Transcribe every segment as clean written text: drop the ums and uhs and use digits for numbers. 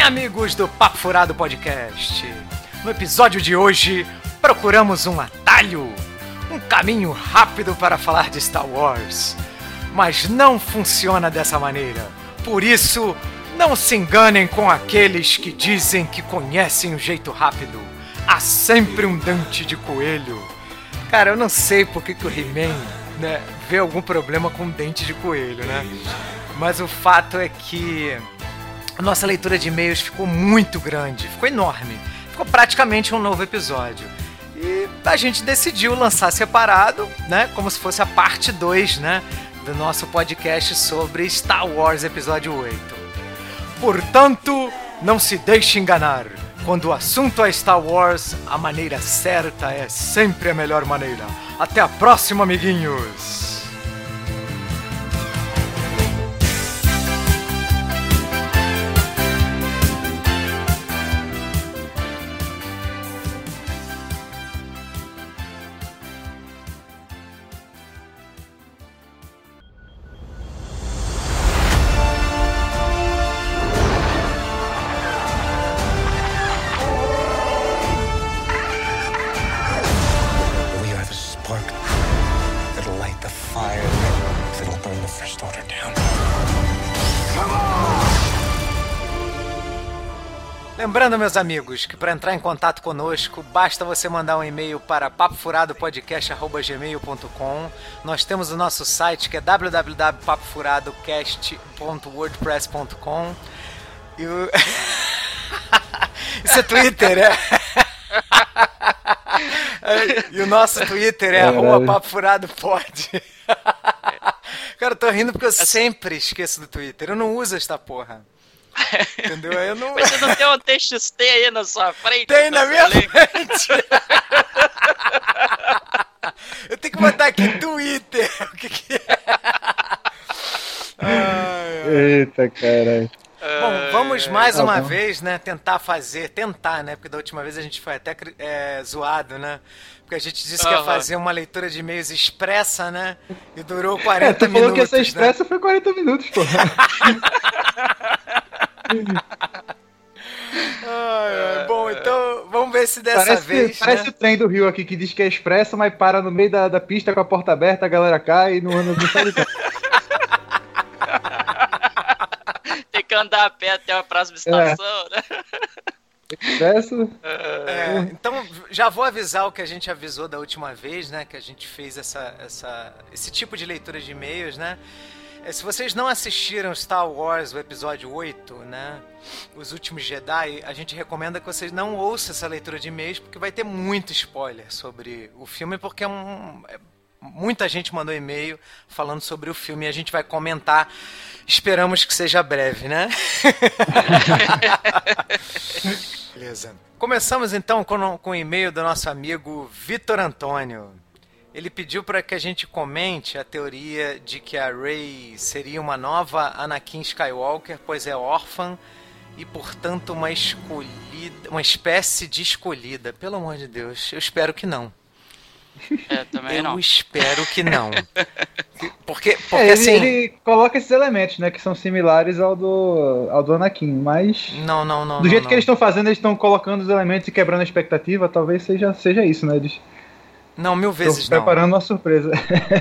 amigos do Papo Furado Podcast. No episódio de hoje, procuramos um atalho, um caminho rápido para falar de Star Wars. Mas não funciona dessa maneira. Por isso, não se enganem com aqueles que dizem que conhecem o jeito rápido. Há sempre um dente de coelho. Cara, eu não sei por que o He-Man, né, vê algum problema com dente de coelho, né? Mas o fato é que a nossa leitura de e-mails ficou muito grande, ficou enorme. Ficou praticamente um novo episódio. E a gente decidiu lançar separado, né, como se fosse a parte 2, né, do nosso podcast sobre Star Wars Episódio 8. Portanto, não se deixe enganar. Quando o assunto é Star Wars, a maneira certa é sempre a melhor maneira. Até a próxima, amiguinhos! Lembrando, meus amigos, que para entrar em contato conosco, basta você mandar um e-mail para papofuradopodcast@gmail.com. Nós temos o nosso site, que é www.papofuradocast.wordpress.com. E o... Isso é Twitter, é? E o nosso Twitter é @papofuradopod. Cara, eu tô rindo porque eu sempre esqueço do Twitter. Eu não uso esta porra. Entendeu? Eu não... Mas você não tem um TXT aí na sua frente? Tem na minha frente! Eu tenho que botar aqui Twitter. O que é? Eita, caralho. Bom, vamos mais uma vez, né, tentar, né, porque da última vez a gente foi até zoado, né, porque a gente disse que ia fazer uma leitura de e-mails expressa, né, e durou 40 minutos. Tu falou que essa expressa, né? Foi 40 minutos, pô. Bom, então vamos ver se dessa vez. Parece o trem do Rio aqui que diz que é expressa, mas para no meio da pista com a porta aberta, a galera cai e não anda no Tem que andar a pé até a próxima estação, né? Expresso. Então já vou avisar o que a gente avisou da última vez, né? Que a gente fez esse tipo de leitura de e-mails, né? Se vocês não assistiram Star Wars, o episódio 8, né, Os Últimos Jedi, a gente recomenda que vocês não ouçam essa leitura de e-mails, porque vai ter muito spoiler sobre o filme, porque muita gente mandou e-mail falando sobre o filme e a gente vai comentar. Esperamos que seja breve, né? Beleza. Começamos então com o e-mail do nosso amigo Vitor Antônio. Ele pediu para que a gente comente a teoria de que a Rey seria uma nova Anakin Skywalker, pois é órfã e, portanto, uma espécie de escolhida. Pelo amor de Deus, eu espero que não. Também não. Eu espero que não. Porque assim... Ele coloca esses elementos, né, que são similares ao do Anakin, mas... Não. Do jeito que eles estão fazendo, eles estão colocando os elementos e quebrando a expectativa, talvez seja isso, né, eles... Não, 1000 vezes não. Tô preparando uma surpresa.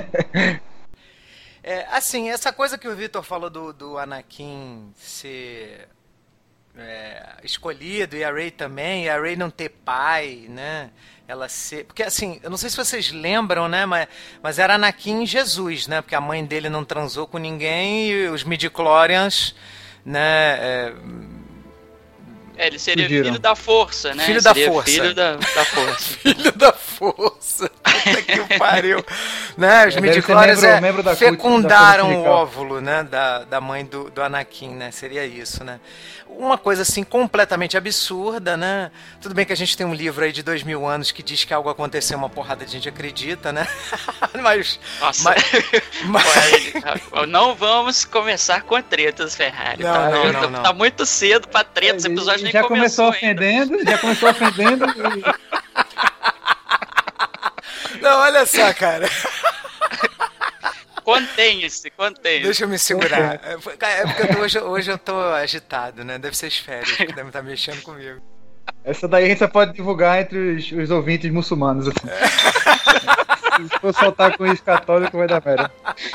Assim, essa coisa que o Vitor falou do Anakin ser escolhido, e a Rey também, e a Rey não ter pai, né? Ela ser... Porque, assim, eu não sei se vocês lembram, né? Mas era Anakin e Jesus, né? Porque a mãe dele não transou com ninguém e os midi-chlorians, né... Ele seria filho da força, né? Filho da força. Filho da força. Filho da força. Puta que pariu. Né? Os midi-chlorians fecundaram o óvulo, né? Da mãe do Anakin, né? Seria isso, né? Uma coisa assim completamente absurda, né? Tudo bem que a gente tem um livro aí de 2000 anos que diz que algo aconteceu, uma porrada de gente acredita, né? Mas... Nossa. Não vamos começar com tretas, Ferrari. Não. Tá muito cedo pra tretas, o episódio nem começou ofendendo. Não, olha só, cara. Contém-se. Deixa eu me segurar. É porque hoje eu tô agitado, né? Deve ser as férias que devem estar mexendo comigo. Essa daí a gente só pode divulgar entre os ouvintes muçulmanos, assim. Se for soltar com isso católico, vai dar merda.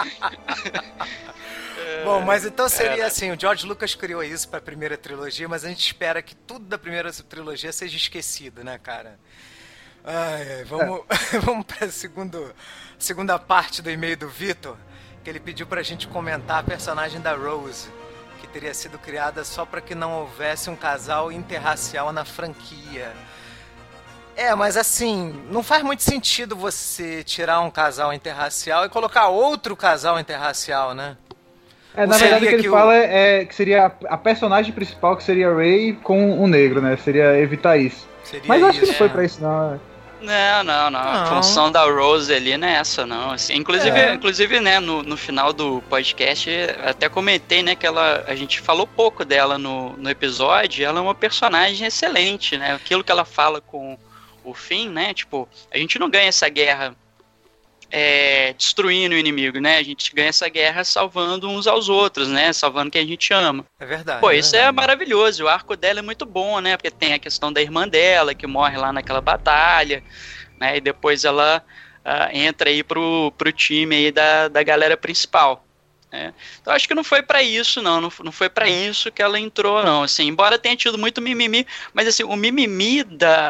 Bom, mas então seria assim, o George Lucas criou isso pra primeira trilogia, mas a gente espera que tudo da primeira trilogia seja esquecido, né, cara? Vamos pra segunda parte do e-mail do Vitor, que ele pediu pra gente comentar a personagem da Rose, que teria sido criada só para que não houvesse um casal interracial na franquia. Mas assim, não faz muito sentido você tirar um casal interracial e colocar outro casal interracial, né? Na verdade o que ele fala é que seria a personagem principal, que seria a Rey com um negro, né? Seria evitar isso. Mas eu acho que não foi pra isso, não. Não. A função da Rose ali não é essa, não. Assim, inclusive, né, no final do podcast, até comentei, né, que a gente falou pouco dela no episódio. Ela é uma personagem excelente, né? Aquilo que ela fala com o Finn, né? Tipo, a gente não ganha essa guerra destruindo o inimigo, né? A gente ganha essa guerra salvando uns aos outros, né? Salvando quem a gente ama. É verdade. Pô, isso é maravilhoso. O arco dela é muito bom, né? Porque tem a questão da irmã dela, que morre lá naquela batalha, né? E depois ela entra aí pro time aí da galera principal. Então acho que não foi pra isso, não foi pra isso que ela entrou, não, assim, embora tenha tido muito mimimi, mas assim, o mimimi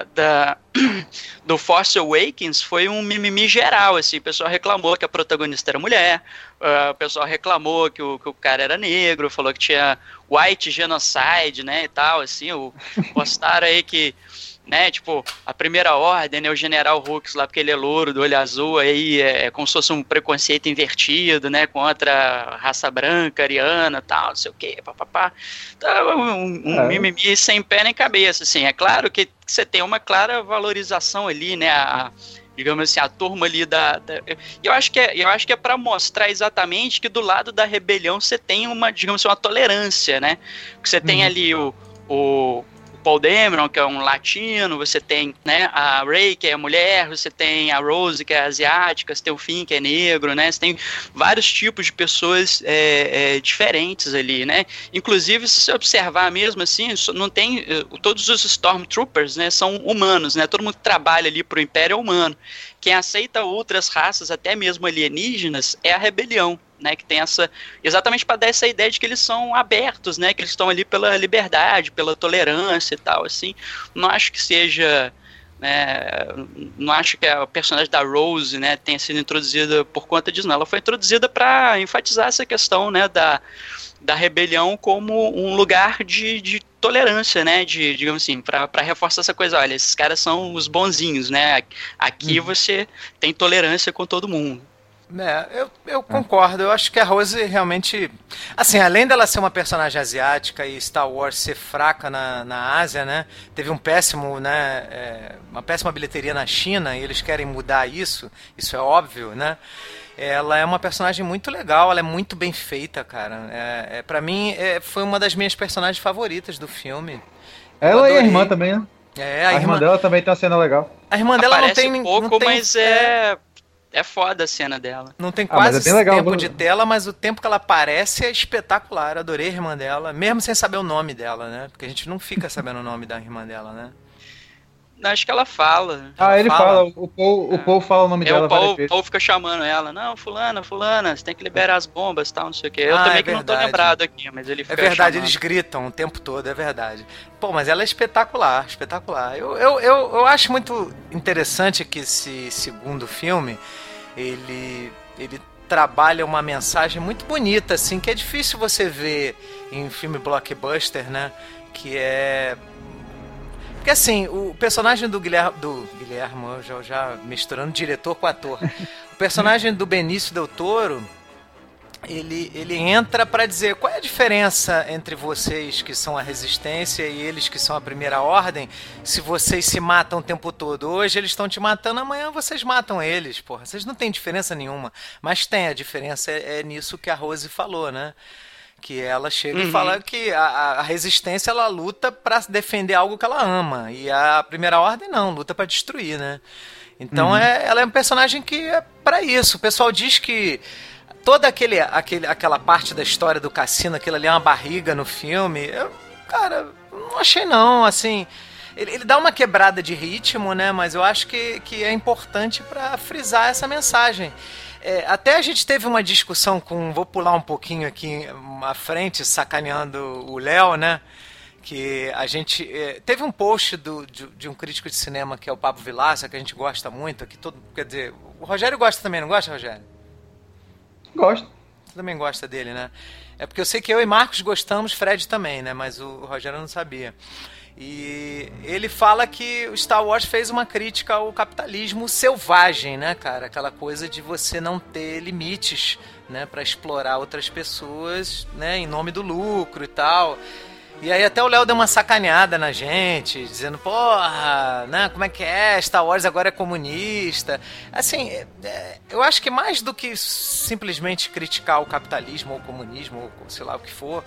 do Force Awakens foi um mimimi geral, assim, o pessoal reclamou que a protagonista era mulher, o pessoal reclamou que o cara era negro, falou que tinha white genocide, né, e tal, assim, postaram aí que, né, tipo, a primeira ordem, né, o General Hux lá, porque ele é louro, do olho azul, aí é como se fosse um preconceito invertido, né, contra a raça branca, ariana, tal, não sei o que, papapá. Então, mimimi sem pé nem cabeça, assim. É claro que você tem uma clara valorização ali, né, digamos assim, a turma ali eu acho que é para mostrar exatamente que do lado da rebelião você tem digamos assim, uma tolerância, né, que você tem ali o Paul Dameron, que é um latino, você tem, né, a Rey, que é mulher, você tem a Rose, que é asiática, você tem o Finn, que é negro, né, você tem vários tipos de pessoas diferentes ali, né, inclusive se você observar mesmo assim, não tem, todos os Stormtroopers, né, são humanos, né, todo mundo que trabalha ali pro Império é humano, quem aceita outras raças, até mesmo alienígenas, é a rebelião, né, que tem exatamente para dar essa ideia de que eles são abertos, né, que eles estão ali pela liberdade, pela tolerância e tal, assim. Não acho que seja, né, não acho que a personagem da Rose, né, tenha sido introduzida por conta disso, não. Ela foi introduzida para enfatizar essa questão, né, da rebelião como um lugar de tolerância, né, digamos assim, para reforçar essa coisa, olha, esses caras são os bonzinhos, né, aqui você tem tolerância com todo mundo. Eu concordo. Eu acho que a Rose realmente, assim, além dela ser uma personagem asiática e Star Wars ser fraca na Ásia, né, teve uma péssima bilheteria na China e eles querem mudar isso é óbvio, né. Ela é uma personagem muito legal, ela é muito bem feita, cara. Pra mim, foi uma das minhas personagens favoritas do filme. Ela e a irmã também, né? A irmã dela também tem uma cena legal. A irmã dela aparece não tem pouco, não tem, mas é foda a cena dela. Não tem quase é legal, tempo de tela, mas o tempo que ela aparece é espetacular. Eu adorei a irmã dela, mesmo sem saber o nome dela, né? Porque a gente não fica sabendo o nome da irmã dela, né? Acho que ela fala. Ele fala. O Paul fala o nome dela. O Paul fica chamando ela. Não, fulana, você tem que liberar as bombas e tal, não sei o que. Eu também que não tô lembrado aqui, mas ele fica verdade, chamando. Eles gritam o tempo todo, é verdade. Pô, mas ela é espetacular, espetacular. Eu acho muito interessante que esse segundo filme, ele trabalha uma mensagem muito bonita, assim, que é difícil você ver em filme blockbuster, né? Que é... Porque assim, o personagem do Guilherme, eu já misturando diretor com ator. O personagem do Benício Del Toro, ele entra pra dizer qual é a diferença entre vocês que são a resistência e eles que são a primeira ordem, se vocês se matam o tempo todo. Hoje eles estão te matando, amanhã vocês matam eles, porra. Vocês não têm diferença nenhuma. Mas tem, a diferença é nisso que a Rose falou, né? Que ela chega e fala que a resistência, ela luta pra defender algo que ela ama. E a primeira ordem não, luta pra destruir, né? Então ela é um personagem que é pra isso. O pessoal diz que toda aquela parte da história do cassino, aquilo ali é uma barriga no filme, cara, não achei não, assim... Ele dá uma quebrada de ritmo, né? Mas eu acho que é importante para frisar essa mensagem. Até a gente teve uma discussão vou pular um pouquinho aqui à frente, sacaneando o Léo, né? Que a gente... teve um post de um crítico de cinema, que é o Pablo Vilaça, que a gente gosta muito, quer dizer, o Rogério gosta também, não gosta, Rogério? Gosto. Você também gosta dele, né? É porque eu sei que eu e Marcos gostamos, Fred também, né? Mas o Rogério não sabia. E ele fala que o Star Wars fez uma crítica ao capitalismo selvagem, né, cara? Aquela coisa de você não ter limites, né, para explorar outras pessoas, né, em nome do lucro e tal. E aí até o Léo deu uma sacaneada na gente, dizendo, porra, né, como é que é? Star Wars agora é comunista. Assim, eu acho que mais do que simplesmente criticar o capitalismo ou o comunismo, ou sei lá o que for,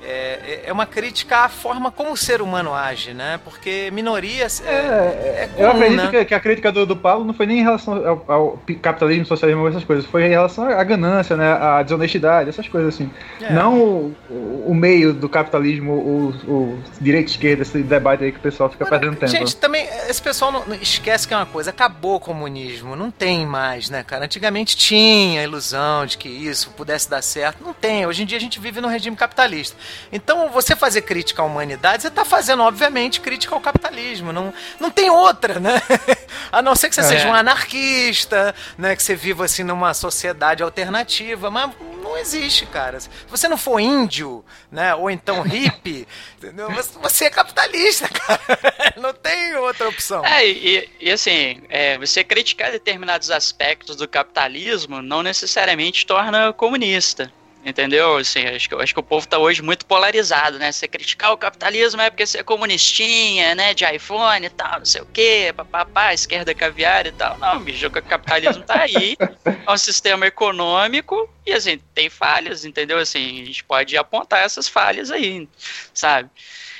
é uma crítica à forma como o ser humano age, né? Porque minorias comum, eu acredito, né? que a crítica do Paulo não foi nem em relação ao capitalismo, socialismo, essas coisas. Foi em relação à ganância, né? À desonestidade, essas coisas assim. Não o meio do capitalismo, o direita e esquerda, esse debate aí que o pessoal fica perdendo tempo. Gente, também, esse pessoal não esquece que é uma coisa, acabou o comunismo, não tem mais, né, cara? Antigamente tinha a ilusão de que isso pudesse dar certo, não tem. Hoje em dia a gente vive num regime capitalista. Então, você fazer crítica à humanidade, você está fazendo, obviamente, crítica ao capitalismo. Não tem outra, né? A não ser que você seja um anarquista, né? Que você viva, assim, numa sociedade alternativa. Mas não existe, cara. Se você não for índio, né? Ou então hippie, você é capitalista, cara. Não tem outra opção. Assim, você criticar determinados aspectos do capitalismo não necessariamente torna comunista. Entendeu? Assim, acho que o povo tá hoje muito polarizado, né? Você criticar o capitalismo é porque você é comunistinha, né? De iPhone e tal, não sei o quê, papapá, esquerda caviar e tal. Não, bicho, o capitalismo tá aí, é um sistema econômico e, assim, tem falhas, entendeu? Assim, a gente pode apontar essas falhas aí, sabe?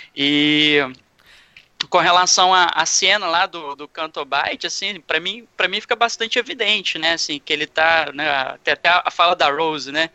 E com relação à cena lá do Canto Bight, assim, pra mim fica bastante evidente, né? Assim, que ele tá, né? Tem até a fala da Rose, né?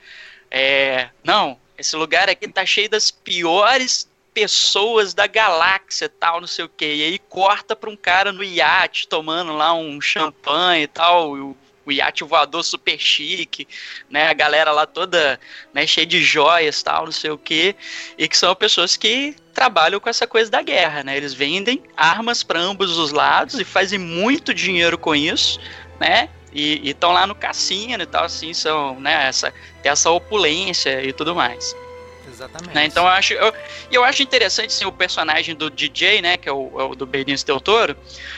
Não, esse lugar aqui tá cheio das piores pessoas da galáxia, tal, não sei o que. E aí corta pra um cara no iate tomando lá um champanhe e tal, o iate voador super chique, né? A galera lá toda, né, cheia de joias, tal, não sei o que. E que são pessoas que trabalham com essa coisa da guerra, né? Eles vendem armas para ambos os lados e fazem muito dinheiro com isso, né? E estão lá no cassino e tal, assim, são, né, tem essa opulência e tudo mais. Exatamente. Né, então eu acho interessante, assim, o personagem do DJ, né, que é o do Benício Del Toro,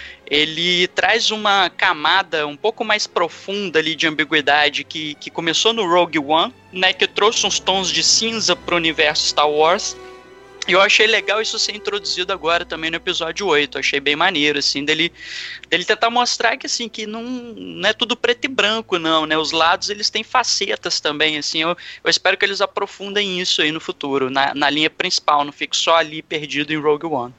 ele traz uma camada um pouco mais profunda ali de ambiguidade que começou no Rogue One, né, que trouxe uns tons de cinza pro universo Star Wars. E eu achei legal isso ser introduzido agora também no episódio 8, achei bem maneiro, assim, dele tentar mostrar que, assim, que não é tudo preto e branco, não, né, os lados, eles têm facetas também, assim, eu espero que eles aprofundem isso aí no futuro, na linha principal, não fique só ali perdido em Rogue One.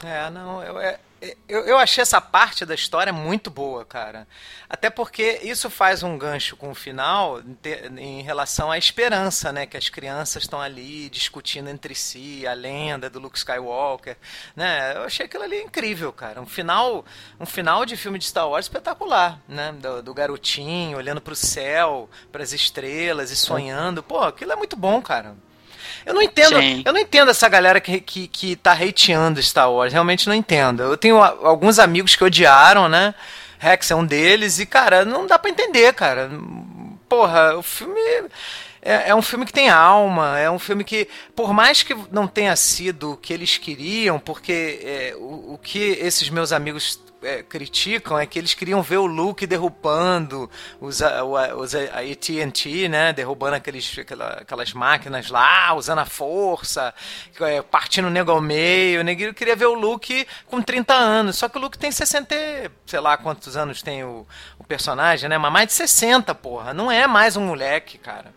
Eu achei essa parte da história muito boa, cara. Até porque isso faz um gancho com o final em relação à esperança, né? Que as crianças estão ali discutindo entre si a lenda do Luke Skywalker, né? Eu achei aquilo ali incrível, cara. Um final de filme de Star Wars espetacular, né? Do garotinho olhando pro céu, pras estrelas e sonhando. Pô, aquilo é muito bom, cara. Eu não entendo essa galera que tá hateando Star Wars, realmente não entendo. Eu tenho alguns amigos que odiaram, né? Rex é um deles, e, cara, não dá pra entender, cara. Porra, o filme é um filme que tem alma, é um filme que, por mais que não tenha sido o que eles queriam, porque o que esses meus amigos criticam é que eles queriam ver o Luke derrubando a AT&T, né, derrubando aquelas máquinas lá, usando a força, partindo o nego ao meio. O neguinho queria ver o Luke com 30 anos, só que o Luke tem 60, sei lá quantos anos tem o personagem, né, mas mais de 60, porra, não é mais um moleque, cara.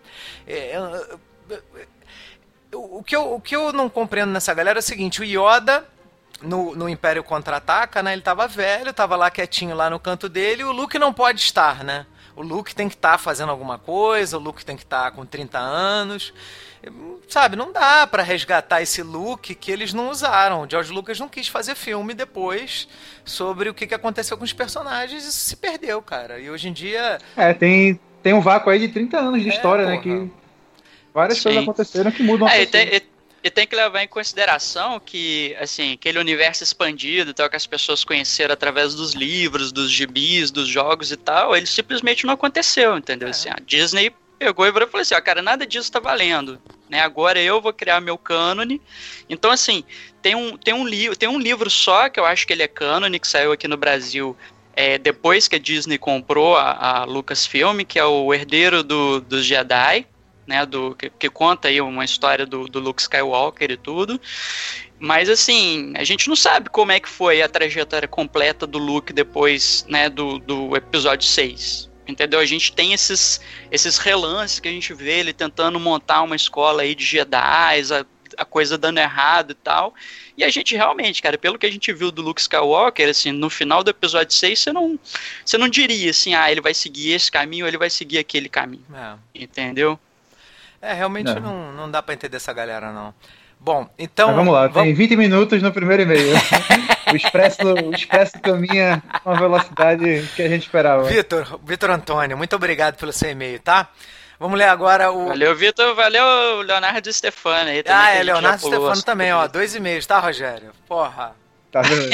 O que eu não compreendo nessa galera é o seguinte: o Yoda no Império Contra-Ataca, né? Ele tava velho, tava lá quietinho lá no canto dele, e o Luke não pode estar, né? O Luke tem que estar fazendo alguma coisa, o Luke tem que estar com 30 anos. Sabe, não dá pra resgatar esse Luke que eles não usaram. O George Lucas não quis fazer filme depois sobre o que aconteceu com os personagens, isso se perdeu, cara. E hoje em dia... Tem um vácuo aí de 30 anos de história, porra, né? Que várias coisas aconteceram que mudam a pessoa. E tem que levar em consideração que, assim, aquele universo expandido, tal, que as pessoas conheceram através dos livros, dos gibis, dos jogos e tal, ele simplesmente não aconteceu, entendeu? Assim, a Disney pegou e falou assim, ó, cara, nada disso tá valendo, né? Agora eu vou criar meu cânone. Então, assim, tem um livro só, que eu acho que ele é cânone, que saiu aqui no Brasil depois que a Disney comprou a Lucasfilm, que é o Herdeiro dos Jedi, né, que conta aí uma história do Luke Skywalker e tudo, mas assim, a gente não sabe como é que foi a trajetória completa do Luke depois, né, do episódio 6, entendeu? A gente tem esses relances que a gente vê ele tentando montar uma escola aí de Jedi, a coisa dando errado e tal, e a gente realmente, cara, pelo que a gente viu do Luke Skywalker, assim, no final do episódio 6, você não diria assim, ele vai seguir esse caminho ou ele vai seguir aquele caminho, entendeu? Realmente não dá pra entender essa galera, não. Bom, então... Mas vamos lá, tem 20 minutos no primeiro e-mail. O Expresso caminha com a velocidade que a gente esperava. Vitor Antônio, muito obrigado pelo seu e-mail, tá? Vamos ler agora o... Valeu, Vitor. Valeu, Leonardo Stefano aí também. Leonardo Stefano também, ó. 2 e-mails, tá, Rogério? Porra. Tá vendo?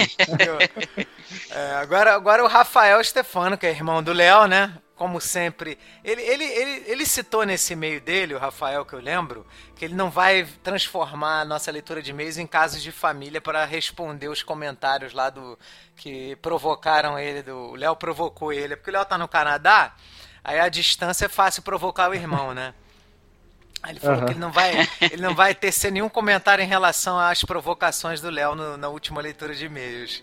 Agora o Rafael Stefano, que é irmão do Léo, né? Como sempre, ele citou nesse e-mail dele, o Rafael, que eu lembro, que ele não vai transformar a nossa leitura de e-mails em casos de família para responder os comentários lá que provocaram ele, o Léo provocou ele, porque o Léo tá no Canadá, aí a distância é fácil provocar o irmão, né? Aí ele falou que ele não vai tecer nenhum comentário em relação às provocações do Léo na última leitura de e-mails.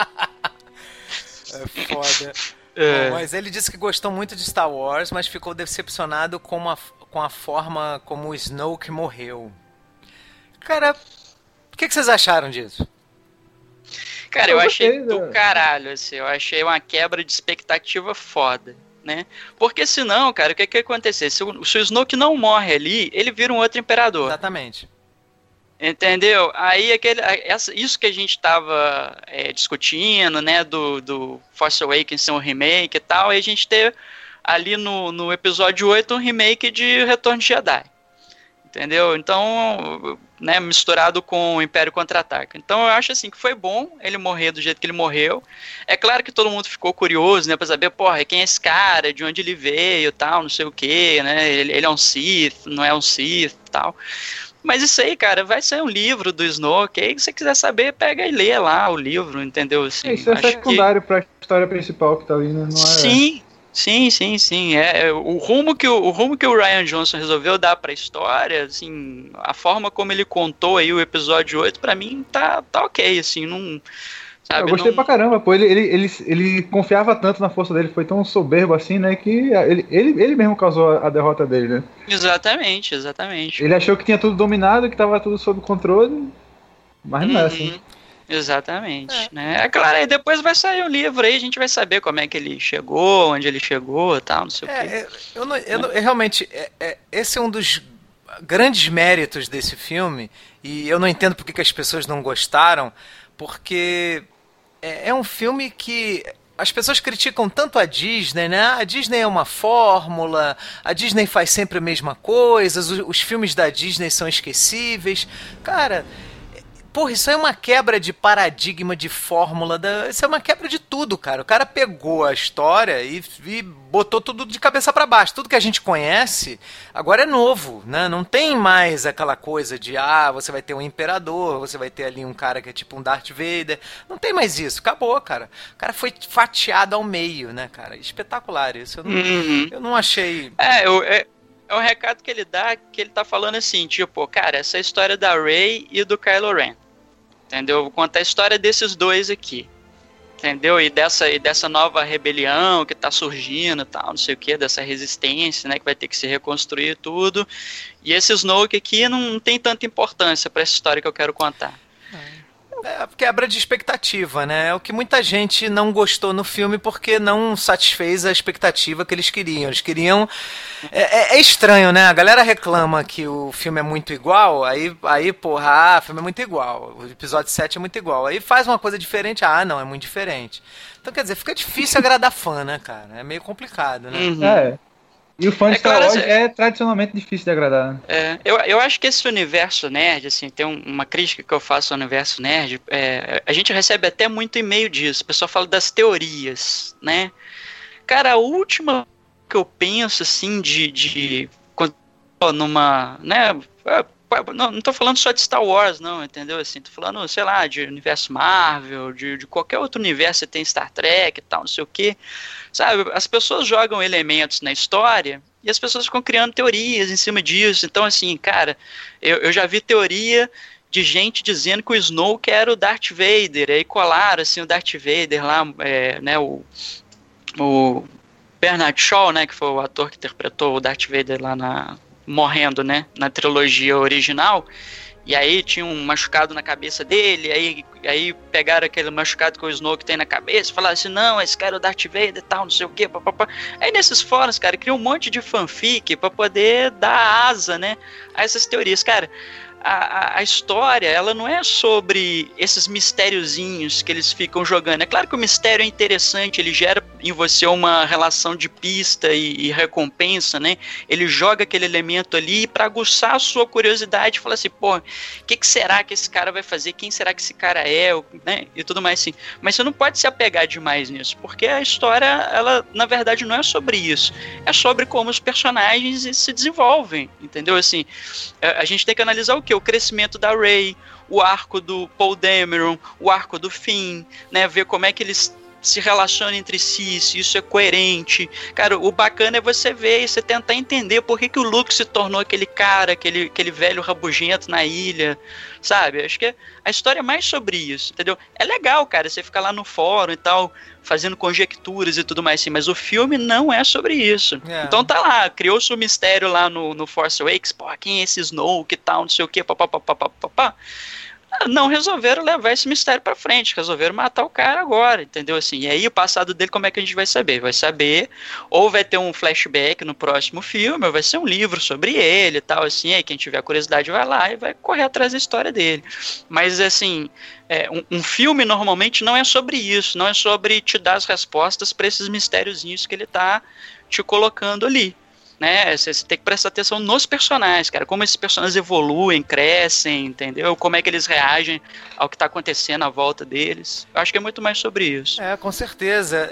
É foda. Bom, mas ele disse que gostou muito de Star Wars, mas ficou decepcionado com a forma como o Snoke morreu. Cara, o que vocês acharam disso? Cara, eu achei do caralho, assim, eu achei uma quebra de expectativa foda, né? Porque senão, cara, o que ia acontecer? Se o Snoke não morre ali, ele vira um outro imperador. Exatamente. Entendeu? Aí isso que a gente tava discutindo, né, do Force Awakens ser um remake e tal, e a gente ter ali no episódio 8 um remake de Retorno de Jedi. Entendeu? Então, né, misturado com o Império Contra-Ataca. Então eu acho assim que foi bom ele morrer do jeito que ele morreu. É claro que todo mundo ficou curioso, né, pra saber, porra, quem é esse cara, de onde ele veio e tal, não sei o que, né, ele é um Sith, não é um Sith e tal. Mas isso aí, cara, vai ser um livro do Snoke, aí se você quiser saber, pega e lê lá o livro, entendeu? Assim, isso é secundário pra história principal que tá ali, né? Não é... Sim. O rumo que o Rian Johnson resolveu dar pra história, assim, a forma como ele contou aí o episódio 8, pra mim tá ok, assim, não... Sabe, eu gostei pra caramba, pô, ele confiava tanto na força dele, foi tão soberbo assim, né, que ele mesmo causou a derrota dele, né? Exatamente. Ele achou que tinha tudo dominado, que tava tudo sob controle, mas não é assim. Exatamente, né? É claro, aí depois vai sair um livro aí, a gente vai saber como é que ele chegou, onde ele chegou e tal, não sei o quê. Eu realmente, esse é um dos grandes méritos desse filme, e eu não entendo porque que as pessoas não gostaram, porque é um filme que as pessoas criticam tanto a Disney, né? A Disney é uma fórmula, a Disney faz sempre a mesma coisa, os filmes da Disney são esquecíveis. Cara, porra, isso é uma quebra de paradigma, de fórmula, isso é uma quebra de tudo, cara. O cara pegou a história e botou tudo de cabeça pra baixo. Tudo que a gente conhece agora é novo, né? Não tem mais aquela coisa de, você vai ter um imperador, você vai ter ali um cara que é tipo um Darth Vader. Não tem mais isso, acabou, cara. O cara foi fatiado ao meio, né, cara? Espetacular isso. Eu não achei... É um recado que ele dá, que ele tá falando assim, tipo, cara, essa história da Rey e do Kylo Ren. Entendeu? Vou contar a história desses dois aqui. Entendeu? E dessa nova rebelião que tá surgindo e tal, não sei o que, dessa resistência, né, que vai ter que se reconstruir tudo. E esse Snoke aqui não tem tanta importância pra essa história que eu quero contar. quebra de expectativa, né? É o que muita gente não gostou no filme porque não satisfez a expectativa que eles queriam. Eles queriam... É estranho, né? A galera reclama que o filme é muito igual, aí porra, o filme é muito igual. O episódio 7 é muito igual. Aí faz uma coisa diferente, não, é muito diferente. Então, quer dizer, fica difícil agradar fã, né, cara? É meio complicado, né? Uhum. E o fã de Star Wars é tradicionalmente difícil de agradar. Né? Eu acho que esse universo nerd, assim, tem uma crítica que eu faço ao universo nerd, a gente recebe até muito e-mail disso, o pessoal fala das teorias, né? Cara, a última que eu penso, assim, numa, né, não tô falando só de Star Wars, não, entendeu? Assim, tô falando, sei lá, de universo Marvel, de qualquer outro universo, você tem Star Trek e tal, não sei o quê. Sabe, as pessoas jogam elementos na história e as pessoas ficam criando teorias em cima disso. Então, assim, cara, eu já vi teoria de gente dizendo que o Snoke era o Darth Vader, aí colaram, assim, o Darth Vader lá, né, o Bernard Shaw, né, que foi o ator que interpretou o Darth Vader lá morrendo, né, na trilogia original. E aí tinha um machucado na cabeça dele, aí pegaram aquele machucado que o Snoke tem na cabeça e falaram assim, não, esse cara é o Darth Vader e tal, não sei o que, papapá. Aí nesses fóruns, cara, cria um monte de fanfic pra poder dar asa, né, a essas teorias. Cara, a história, ela não é sobre esses mistériozinhos que eles ficam jogando. É claro que o mistério é interessante, ele gera em você uma relação de pista e recompensa, né? Ele joga aquele elemento ali para aguçar a sua curiosidade e falar assim, pô, o que será que esse cara vai fazer? Quem será que esse cara é? Né? E tudo mais assim. Mas você não pode se apegar demais nisso, porque a história, ela, na verdade, não é sobre isso. É sobre como os personagens se desenvolvem, entendeu? Assim, a gente tem que analisar o quê? O crescimento da Rey, o arco do Paul Dameron, o arco do Finn, né? Ver como é que eles se relacionam entre si, se isso é coerente. Cara, o bacana é você ver e você tentar entender por que o Luke se tornou aquele cara, aquele velho rabugento na ilha, sabe? Acho que a história é mais sobre isso, entendeu? É legal, cara, você ficar lá no fórum e tal, fazendo conjecturas e tudo mais assim, mas o filme não é sobre isso. Então tá lá, criou-se um mistério lá no Force Awakens, pô, quem é esse Snoke e tal, não sei o que, papapá. Não resolveram levar esse mistério pra frente, resolveram matar o cara agora, entendeu? Assim, e aí o passado dele, como é que a gente vai saber? Vai saber, ou vai ter um flashback no próximo filme, ou vai ser um livro sobre ele e tal, assim, aí quem tiver curiosidade vai lá e vai correr atrás da história dele. Mas, assim, um filme normalmente não é sobre isso, não é sobre te dar as respostas pra esses mistériozinhos que ele tá te colocando ali. Né? Você tem que prestar atenção nos personagens, cara, como esses personagens evoluem, crescem, entendeu? Como é que eles reagem ao que está acontecendo à volta deles. Eu acho que é muito mais sobre isso. Com certeza.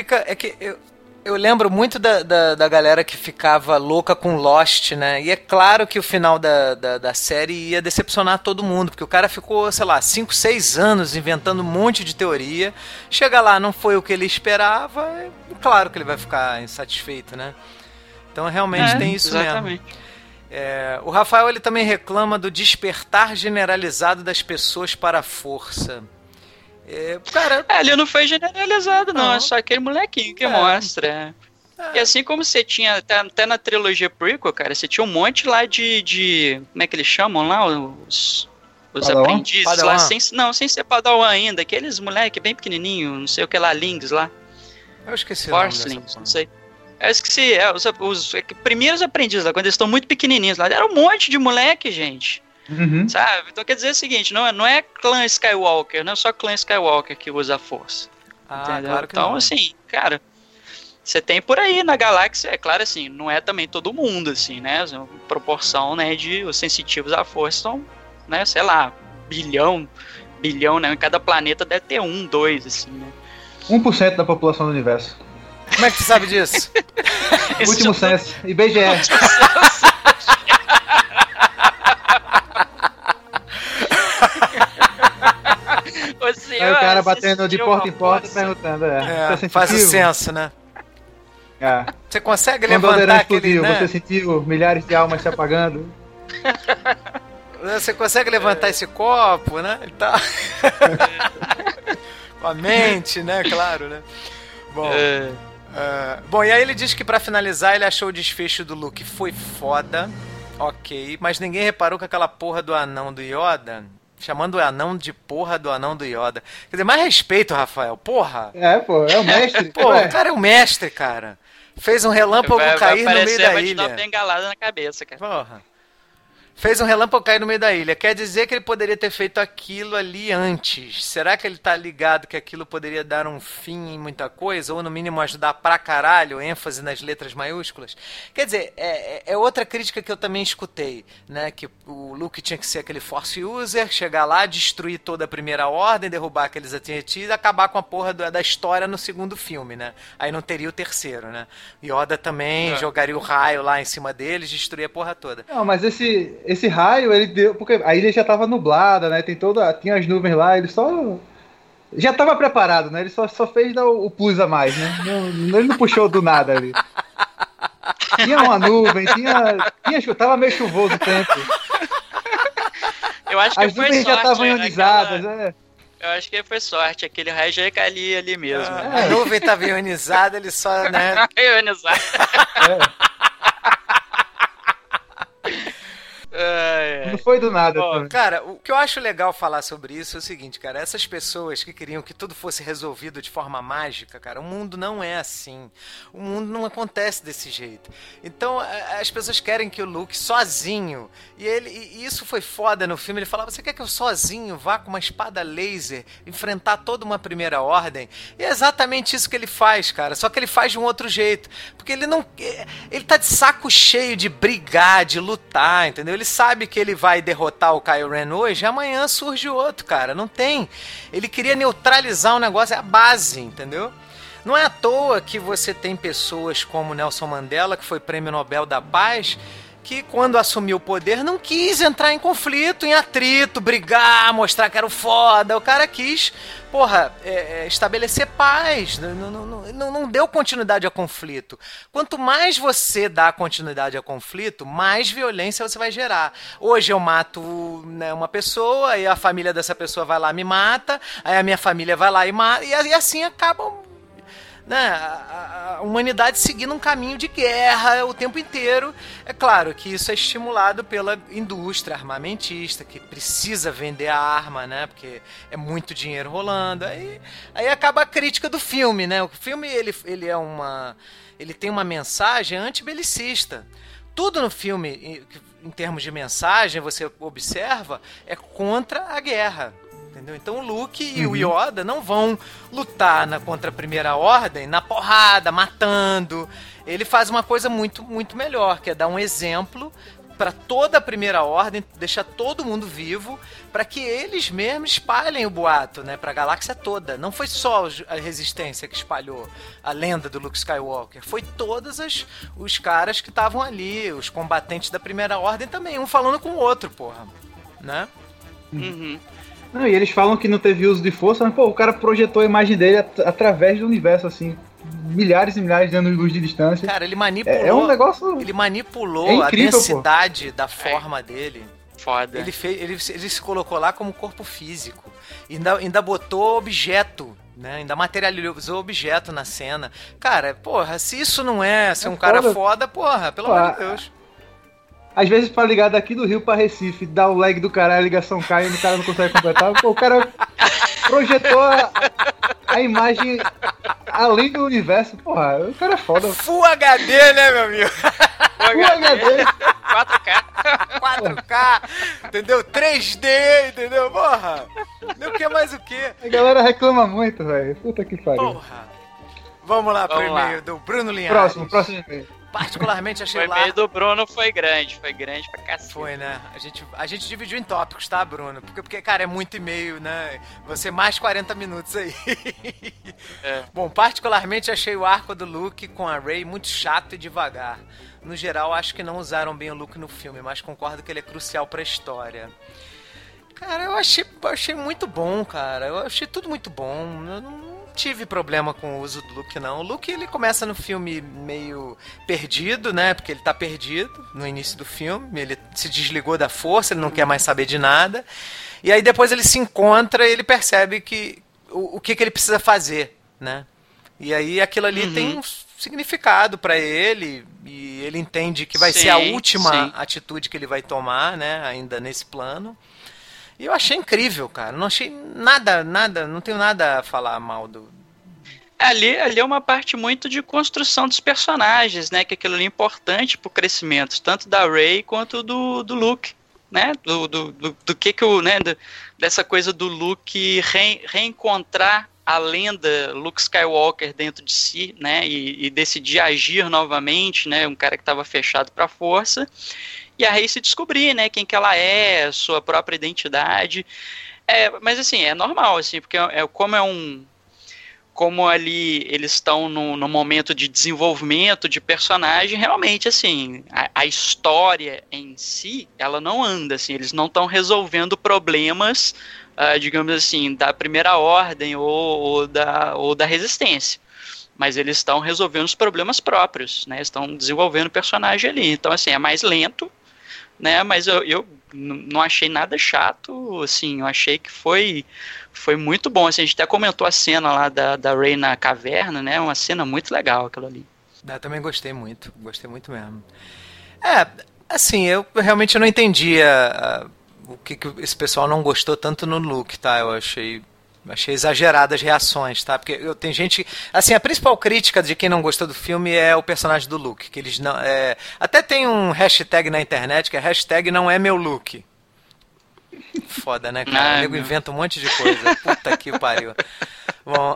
Eu lembro muito da galera que ficava louca com Lost, né? E é claro que o final da série ia decepcionar todo mundo, porque o cara ficou, sei lá, 5, 6 anos inventando um monte de teoria. Chega lá, não foi o que ele esperava, claro que ele vai ficar insatisfeito, né? Então realmente tem isso exatamente. Mesmo. O Rafael ele também reclama do despertar generalizado das pessoas para a força. Cara, ele não foi generalizado, não. É só aquele molequinho que mostra. E assim como você tinha, até na trilogia prequel, cara, você tinha um monte lá de como é que eles chamam lá? Os aprendizes Padawan? Lá, sem ser Padawan ainda. Aqueles moleque bem pequenininho, não sei o que lá, Lings lá. Eu esqueci Forcelings, não sei. Eu esqueci, os primeiros aprendizes lá, quando eles estão muito pequenininhos lá, era um monte de moleque, gente. Uhum. Sabe? Então quer dizer o seguinte, não é clã Skywalker, não é só clã Skywalker que usa a força. Claro que então, não. Assim, cara, você tem por aí na galáxia, é claro assim, não é também todo mundo, assim, né? A proporção, né, de os sensitivos à força são, né, sei lá, bilhão, né? Em cada planeta deve ter 1, 2, assim, né? 1% da população do universo. Como é que você sabe disso? Último censo. IBGE. Aí o cara batendo de porta em porta perguntando. Faz o censo, né? Você consegue quando levantar aquele... Né? Você sentiu milhares de almas se apagando? Você consegue levantar esse copo, né? E tal. Com a mente, né? Claro, né? Bom, e aí ele diz que pra finalizar ele achou o desfecho do Luke foi foda, ok, mas ninguém reparou que aquela porra do anão do Yoda Chamando o anão de porra do anão do Yoda. Quer dizer, mais respeito, Rafael. Porra. Pô, é o mestre. Pô, o cara é o mestre, cara. Fez um relâmpago cair no meio da ilha. Vai te dar uma bengalada na cabeça, cara. Porra. Fez um relâmpago cair no meio da ilha. Quer dizer que ele poderia ter feito aquilo ali antes. Será que ele tá ligado que aquilo poderia dar um fim em muita coisa? Ou no mínimo ajudar pra caralho, ênfase nas letras maiúsculas? Quer dizer, é outra crítica que eu também escutei, né? Que o Luke tinha que ser aquele Force User, chegar lá, destruir toda a primeira ordem, derrubar aqueles AT-ATs e acabar com a porra da história no segundo filme, né? Aí não teria o terceiro, né? Yoda também jogaria o raio lá em cima deles, destruir a porra toda. Não, mas esse raio, ele deu. Porque a ilha já tava nublada, né? Tinha as nuvens lá, ele só. Já tava preparado, né? Ele só fez dar o plus a mais, né? Ele não puxou do nada ali. Tinha uma nuvem, tava meio chuvoso o tempo. Eu acho que as foi nuvens sorte. Já estavam ionizadas, Eu acho que foi sorte, aquele raio já ia cair ali mesmo. A nuvem tava ionizada, ele só, né? Ionizada. Não foi do nada. Cara, o que eu acho legal falar sobre isso é o seguinte, cara. Essas pessoas que queriam que tudo fosse resolvido de forma mágica, cara, o mundo não é assim. O mundo não acontece desse jeito. Então, as pessoas querem que o Luke sozinho, e isso foi foda no filme, ele falava, você quer que eu sozinho vá com uma espada laser enfrentar toda uma primeira ordem? E é exatamente isso que ele faz, cara. Só que ele faz de um outro jeito. Porque ele tá de saco cheio de brigar, de lutar, entendeu? Ele sabe que ele vai derrotar o Kylo Ren hoje, amanhã surge outro, cara. Não tem. Ele queria neutralizar o negócio, é a base, entendeu? Não é à toa que você tem pessoas como Nelson Mandela, que foi Prêmio Nobel da Paz, que quando assumiu o poder não quis entrar em conflito, em atrito, brigar, mostrar que era o foda. O cara quis, estabelecer paz, não deu continuidade a conflito. Quanto mais você dá continuidade a conflito, mais violência você vai gerar. Hoje eu mato, né, uma pessoa, e a família dessa pessoa vai lá e me mata, aí a minha família vai lá e mata, e assim acabam, né, a humanidade seguindo um caminho de guerra o tempo inteiro. É claro que isso é estimulado pela indústria armamentista, que precisa vender a arma, né, porque é muito dinheiro rolando. Aí acaba a crítica do filme, né? O filme ele tem uma mensagem antibelicista. Tudo no filme, em termos de mensagem, você observa, é contra a guerra. Entendeu? Então o Luke e o Yoda não vão lutar contra a Primeira Ordem na porrada, matando. Ele faz uma coisa muito, muito melhor, que é dar um exemplo para toda a Primeira Ordem, deixar todo mundo vivo, para que eles mesmos espalhem o boato, né, para a galáxia toda. Não foi só a Resistência que espalhou a lenda do Luke Skywalker, foi todos os caras que estavam ali, os combatentes da Primeira Ordem também, um falando com o outro, porra, né? Não, e eles falam que não teve uso de força, mas, o cara projetou a imagem dele através do universo, assim, milhares e milhares de anos de luz de distância. Cara, ele manipulou. É um negócio. Ele manipulou incrível, a densidade da forma dele. Foda. Ele se colocou lá como corpo físico. Ainda botou objeto, né? Ainda materializou objeto na cena. Cara, porra, se isso não é ser um cara foda, porra, pelo amor de Deus. Às vezes, pra ligar daqui do Rio pra Recife, dá o lag do cara, a ligação cai e o cara não consegue completar. O cara projetou a imagem além do universo. Porra, o cara é foda. Full HD, né, meu amigo? Full HD. 4K. Entendeu? 3D, entendeu? Porra. Não quer mais o quê? A galera reclama muito, velho. Puta que pariu. Porra. Vamos lá pro e-mail do Bruno Linhares. Próximo e-mail. Particularmente achei o e-mail do Bruno foi grande pra cacete. Foi, né? A gente dividiu em tópicos, tá, Bruno? Porque, cara, é muito e-mail, né? Você mais 40 minutos aí. Bom, particularmente achei o arco do Luke com a Rey muito chato e devagar. No geral, acho que não usaram bem o Luke no filme, mas concordo que ele é crucial pra história. Cara, eu achei muito bom, cara. Eu achei tudo muito bom. Eu não tive problema com o uso do Luke, não. O Luke, ele começa no filme meio perdido, né? Porque ele tá perdido no início do filme. Ele se desligou da força, ele não quer mais saber de nada. E aí depois ele se encontra e ele percebe que o que ele precisa fazer, né? E aí aquilo ali tem um significado pra ele, e ele entende que vai ser a última atitude que ele vai tomar, né? Ainda nesse plano. E eu achei incrível, cara. Não achei nada, não tenho nada a falar mal do... Ali é uma parte muito de construção dos personagens, né? Que aquilo ali é importante pro crescimento, tanto da Rey quanto do Luke, né? Do que o, né? Dessa coisa do Luke reencontrar a lenda Luke Skywalker dentro de si, né? E decidir agir novamente, né? Um cara que estava fechado para a força. E a Rey se descobrir, né? Quem que ela é, sua própria identidade. Mas assim, é normal, assim, porque como ali eles estão no momento de desenvolvimento de personagem, realmente, assim, a história em si, ela não anda, assim, eles não estão resolvendo problemas, digamos assim, da Primeira Ordem ou da Resistência, mas eles estão resolvendo os problemas próprios, né, estão desenvolvendo o personagem ali, então, assim, é mais lento, né, mas eu não achei nada chato, assim, eu achei que foi muito bom, assim, a gente até comentou a cena lá da Rey na caverna, né, uma cena muito legal aquilo ali. Eu também gostei muito mesmo. Assim, eu realmente não entendia o que esse pessoal não gostou tanto no Luke, tá, eu achei exageradas as reações, tá? Porque tem gente... Assim, a principal crítica de quem não gostou do filme é o personagem do Luke, que eles não... até tem um hashtag na internet que é hashtag não é meu Luke. Foda, né, cara? O nego inventa um monte de coisa. Puta que pariu. Bom,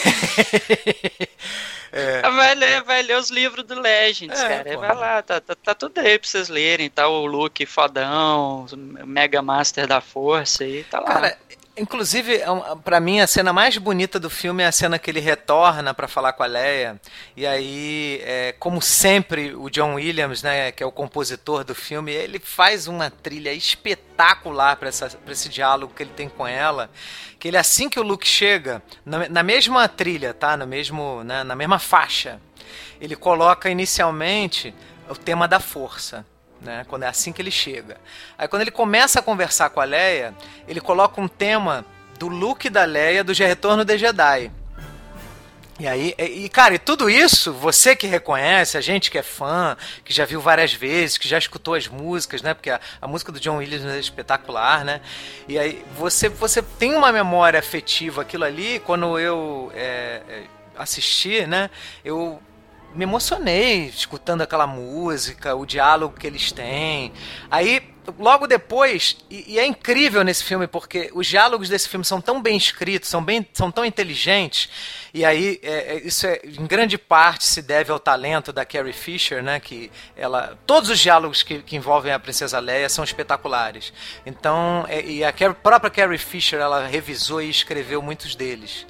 Vai ler os livros do Legends, cara. Vai lá, tá tudo aí pra vocês lerem. Tá o Luke fodão, o Mega Master da Força aí, tá lá. Cara, inclusive, pra mim, a cena mais bonita do filme é a cena que ele retorna pra falar com a Leia. E aí, como sempre, o John Williams, né, que é o compositor do filme, ele faz uma trilha espetacular pra esse diálogo que ele tem com ela. Que ele, assim que o Luke chega, na mesma trilha, tá? Na mesma faixa, ele coloca inicialmente o tema da força. Né, quando é assim que ele chega. Aí quando ele começa a conversar com a Leia, ele coloca um tema do Luke e da Leia do Retorno de Jedi. E aí, cara, e tudo isso, você que reconhece, a gente que é fã, que já viu várias vezes, que já escutou as músicas, né? Porque a música do John Williams é espetacular, né? E aí você tem uma memória afetiva, aquilo ali, quando eu assisti, né? Eu me emocionei escutando aquela música, o diálogo que eles têm. Aí, logo depois, e é incrível nesse filme, porque os diálogos desse filme são tão bem escritos, são tão inteligentes, e aí isso em grande parte se deve ao talento da Carrie Fisher, né, que todos os diálogos que envolvem a Princesa Leia são espetaculares. Então, e a própria Carrie Fisher, ela revisou e escreveu muitos deles.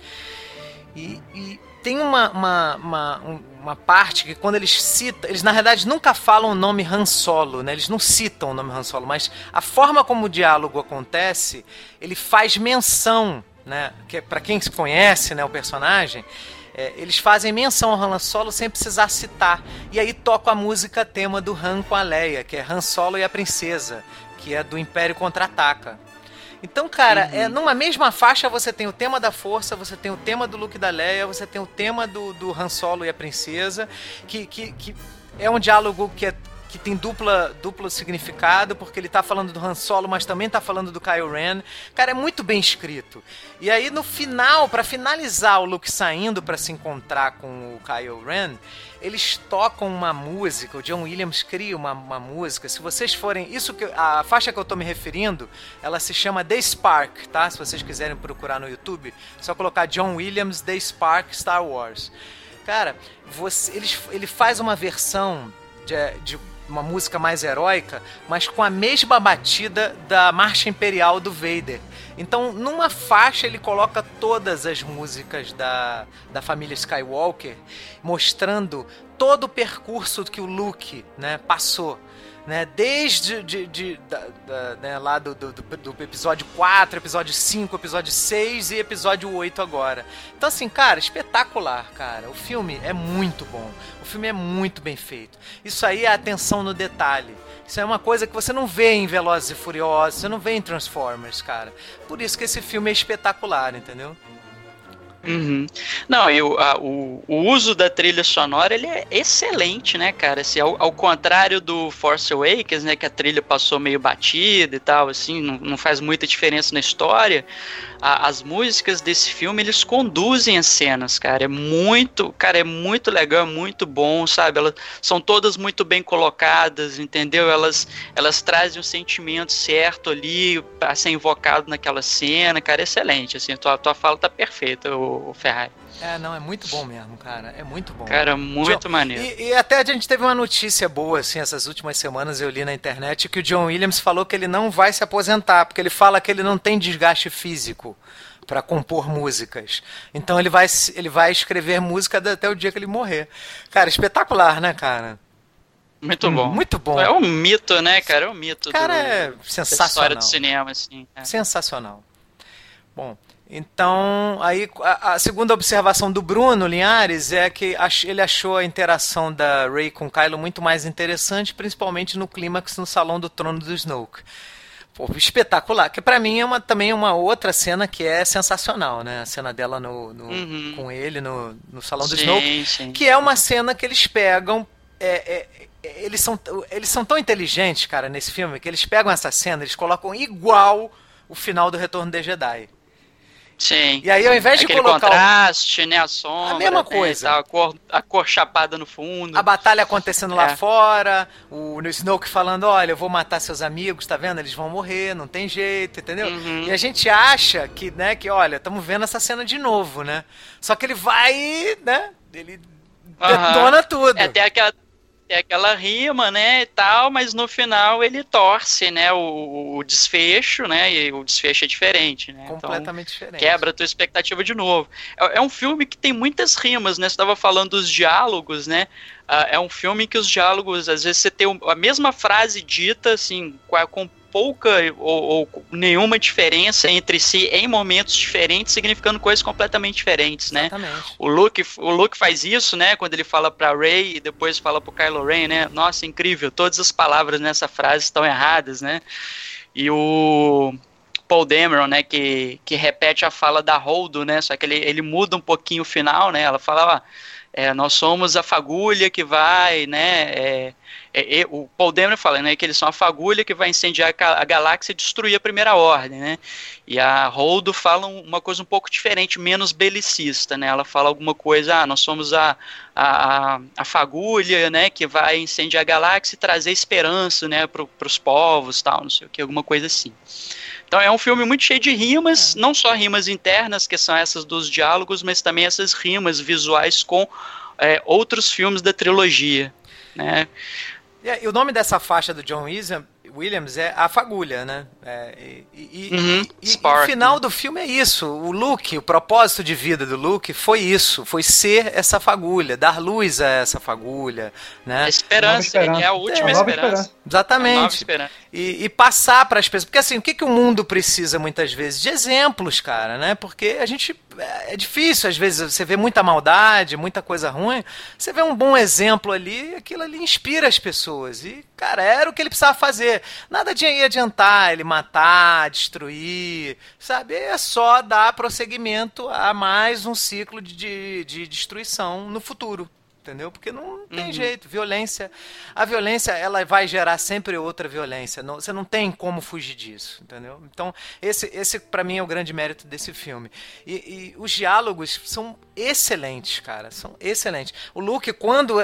E tem uma parte que quando eles citam, eles na verdade nunca falam o nome Han Solo, né? Eles não citam o nome Han Solo, mas a forma como o diálogo acontece, ele faz menção, né? Que para quem se conhece, né, o personagem, eles fazem menção ao Han Solo sem precisar citar. E aí toca a música tema do Han com a Leia, que é Han Solo e a Princesa, que é do Império Contra-Ataca. Então, cara, numa mesma faixa você tem o tema da Força, você tem o tema do Luke e da Leia, você tem o tema do Han Solo e a Princesa, que é um diálogo que tem duplo significado, porque ele tá falando do Han Solo, mas também tá falando do Kylo Ren. Cara, é muito bem escrito. E aí, no final, pra finalizar o Luke saindo pra se encontrar com o Kylo Ren, eles tocam uma música, o John Williams cria uma música. Se vocês forem... a faixa que eu tô me referindo, ela se chama The Spark, tá? Se vocês quiserem procurar no YouTube, é só colocar John Williams, The Spark, Star Wars. Cara, ele faz uma versão de uma música mais heróica, mas com a mesma batida da Marcha Imperial do Vader. Então, numa faixa, ele coloca todas as músicas da família Skywalker, mostrando todo o percurso que o Luke, né, passou. Né, desde né, lá do episódio 4, episódio 5, episódio 6 e episódio 8 agora. Então assim, cara, espetacular, cara. O filme é muito bom. O filme é muito bem feito. Isso aí é atenção no detalhe. Isso é uma coisa que você não vê em Velozes e Furiosos, você não vê em Transformers, cara. Por isso que esse filme é espetacular, entendeu? Uhum. Não, o uso da trilha sonora, ele é excelente, né, cara? Assim, ao contrário do Force Awakens, né, que a trilha passou meio batida e tal, assim, não faz muita diferença na história. As músicas desse filme, eles conduzem as cenas, cara. É muito legal, é muito bom, sabe? Elas são todas muito bem colocadas, entendeu? Elas trazem o sentimento certo ali a ser invocado naquela cena, cara, excelente, assim, tua fala tá perfeita, o Ferrari. Não, é muito bom mesmo, cara. É muito bom. Cara, muito maneiro. E até a gente teve uma notícia boa, assim, essas últimas semanas eu li na internet que o John Williams falou que ele não vai se aposentar, porque ele fala que ele não tem desgaste físico para compor músicas. Então ele vai escrever música até o dia que ele morrer. Cara, espetacular, né, cara? Muito bom. Muito bom. É um mito, né, cara? É um mito. Cara, é sensacional. Da história do cinema, assim. Sensacional. Bom, então, aí a segunda observação do Bruno Linhares é que ele achou a interação da Rey com Kylo muito mais interessante, principalmente no clímax no Salão do Trono do Snoke. Pô, espetacular, que pra mim também é uma outra cena que é sensacional, né? A cena dela com ele no Salão do Snoke, que é uma cena que eles pegam... Eles são tão inteligentes, cara, nesse filme, que eles pegam essa cena, eles colocam igual o final do Retorno de Jedi. Sim. E aí, ao invés de colocar contraste, né, a sombra, a mesma coisa, a cor chapada no fundo, a batalha acontecendo lá fora, o Snoke falando, olha, eu vou matar seus amigos, tá vendo? Eles vão morrer, não tem jeito, entendeu? E a gente acha que, né, que olha, estamos vendo essa cena de novo, né? Só que ele vai, né? Ele detona tudo. Tem aquela rima, né, e tal, mas no final ele torce, né, o desfecho, né, e o desfecho é diferente, né. Completamente então, diferente. Quebra a tua expectativa de novo. É um filme que tem muitas rimas, né, você estava falando dos diálogos, né, é um filme que os diálogos, às vezes você tem a mesma frase dita, assim, com pouca ou nenhuma diferença entre si em momentos diferentes, significando coisas completamente diferentes, né? Exatamente. O Luke faz isso, né? Quando ele fala pra Rey e depois fala pro Kylo Ren, né? Nossa, incrível, todas as palavras nessa frase estão erradas, né? E o Paul Dameron, né? Que repete a fala da Holdo, né? Só que ele muda um pouquinho o final, né? Ela fala, nós somos a fagulha que vai, né? O Paul Dameron fala, né, que eles são a fagulha que vai incendiar a galáxia e destruir a Primeira Ordem, né? E a Holdo fala uma coisa um pouco diferente, menos belicista, né? Ela fala alguma coisa, nós somos a fagulha, né, que vai incendiar a galáxia e trazer esperança, né, para os povos, tal, não sei o que, alguma coisa assim. Então é um filme muito cheio de rimas, não só rimas internas, que são essas dos diálogos, mas também essas rimas visuais com outros filmes da trilogia, né? E o nome dessa faixa do John Williams é A Fagulha, né? Spark, o final né? do filme é isso. O Luke, o propósito de vida do Luke foi isso, foi ser essa fagulha, dar luz a essa fagulha, né? A esperança, é a última esperança. Exatamente. A nova esperança. E passar para as pessoas, porque assim, o que o mundo precisa muitas vezes? De exemplos, cara, né? Porque a gente, é difícil, às vezes você vê muita maldade, muita coisa ruim, você vê um bom exemplo ali, aquilo ali inspira as pessoas. E, cara, era o que ele precisava fazer. Nada ia adiantar ele matar, destruir, sabe? É só dar prosseguimento a mais um ciclo de destruição no futuro. Entendeu? Porque não tem jeito. A violência, ela vai gerar sempre outra violência. Você não tem como fugir disso, entendeu? Então, esse para mim é o grande mérito desse filme. E os diálogos são excelentes, cara. São excelentes. O Luke, quando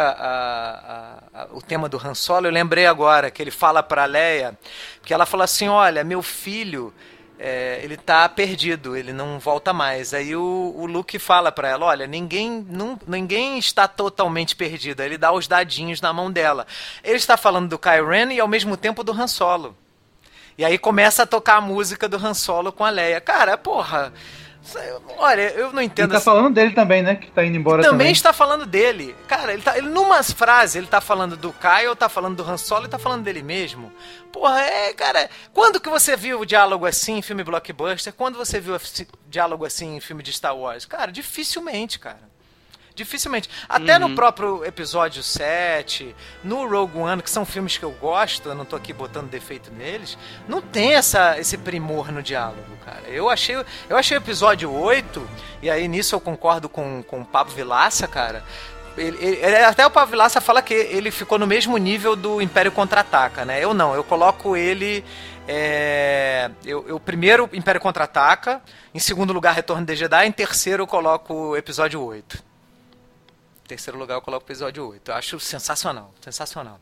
toca o tema do Han Solo, eu lembrei agora que ele fala pra Leia, que ela fala assim, olha, meu filho... ele tá perdido, ele não volta mais. Aí o Luke fala pra ela, olha, ninguém está totalmente perdido. Ele dá os dadinhos na mão dela. Ele está falando do Kylo Ren e ao mesmo tempo do Han Solo. E aí começa a tocar a música do Han Solo com a Leia. Cara, porra... Olha, eu não entendo. Ele tá falando dele também, né? Que tá indo embora também. Está falando dele. Cara, ele numas frases, ele tá falando do Kyle, tá falando do Han Solo e tá falando dele mesmo. Porra, cara, quando que você viu o diálogo assim em filme blockbuster? Quando você viu diálogo assim em filme de Star Wars? Cara, dificilmente, cara. Dificilmente. Até no próprio episódio 7, no Rogue One, que são filmes que eu gosto, eu não tô aqui botando defeito neles, não tem esse primor no diálogo, cara. Eu achei o episódio 8, e aí nisso eu concordo com o Pablo Vilaça, cara. Até o Pablo Vilaça fala que ele ficou no mesmo nível do Império Contra-Ataca, né? Eu não, eu coloco ele... eu primeiro Império Contra-Ataca, em segundo lugar Retorno de Jedi, em terceiro eu coloco o episódio 8. Em terceiro lugar eu coloco o episódio 8. Eu acho sensacional, sensacional.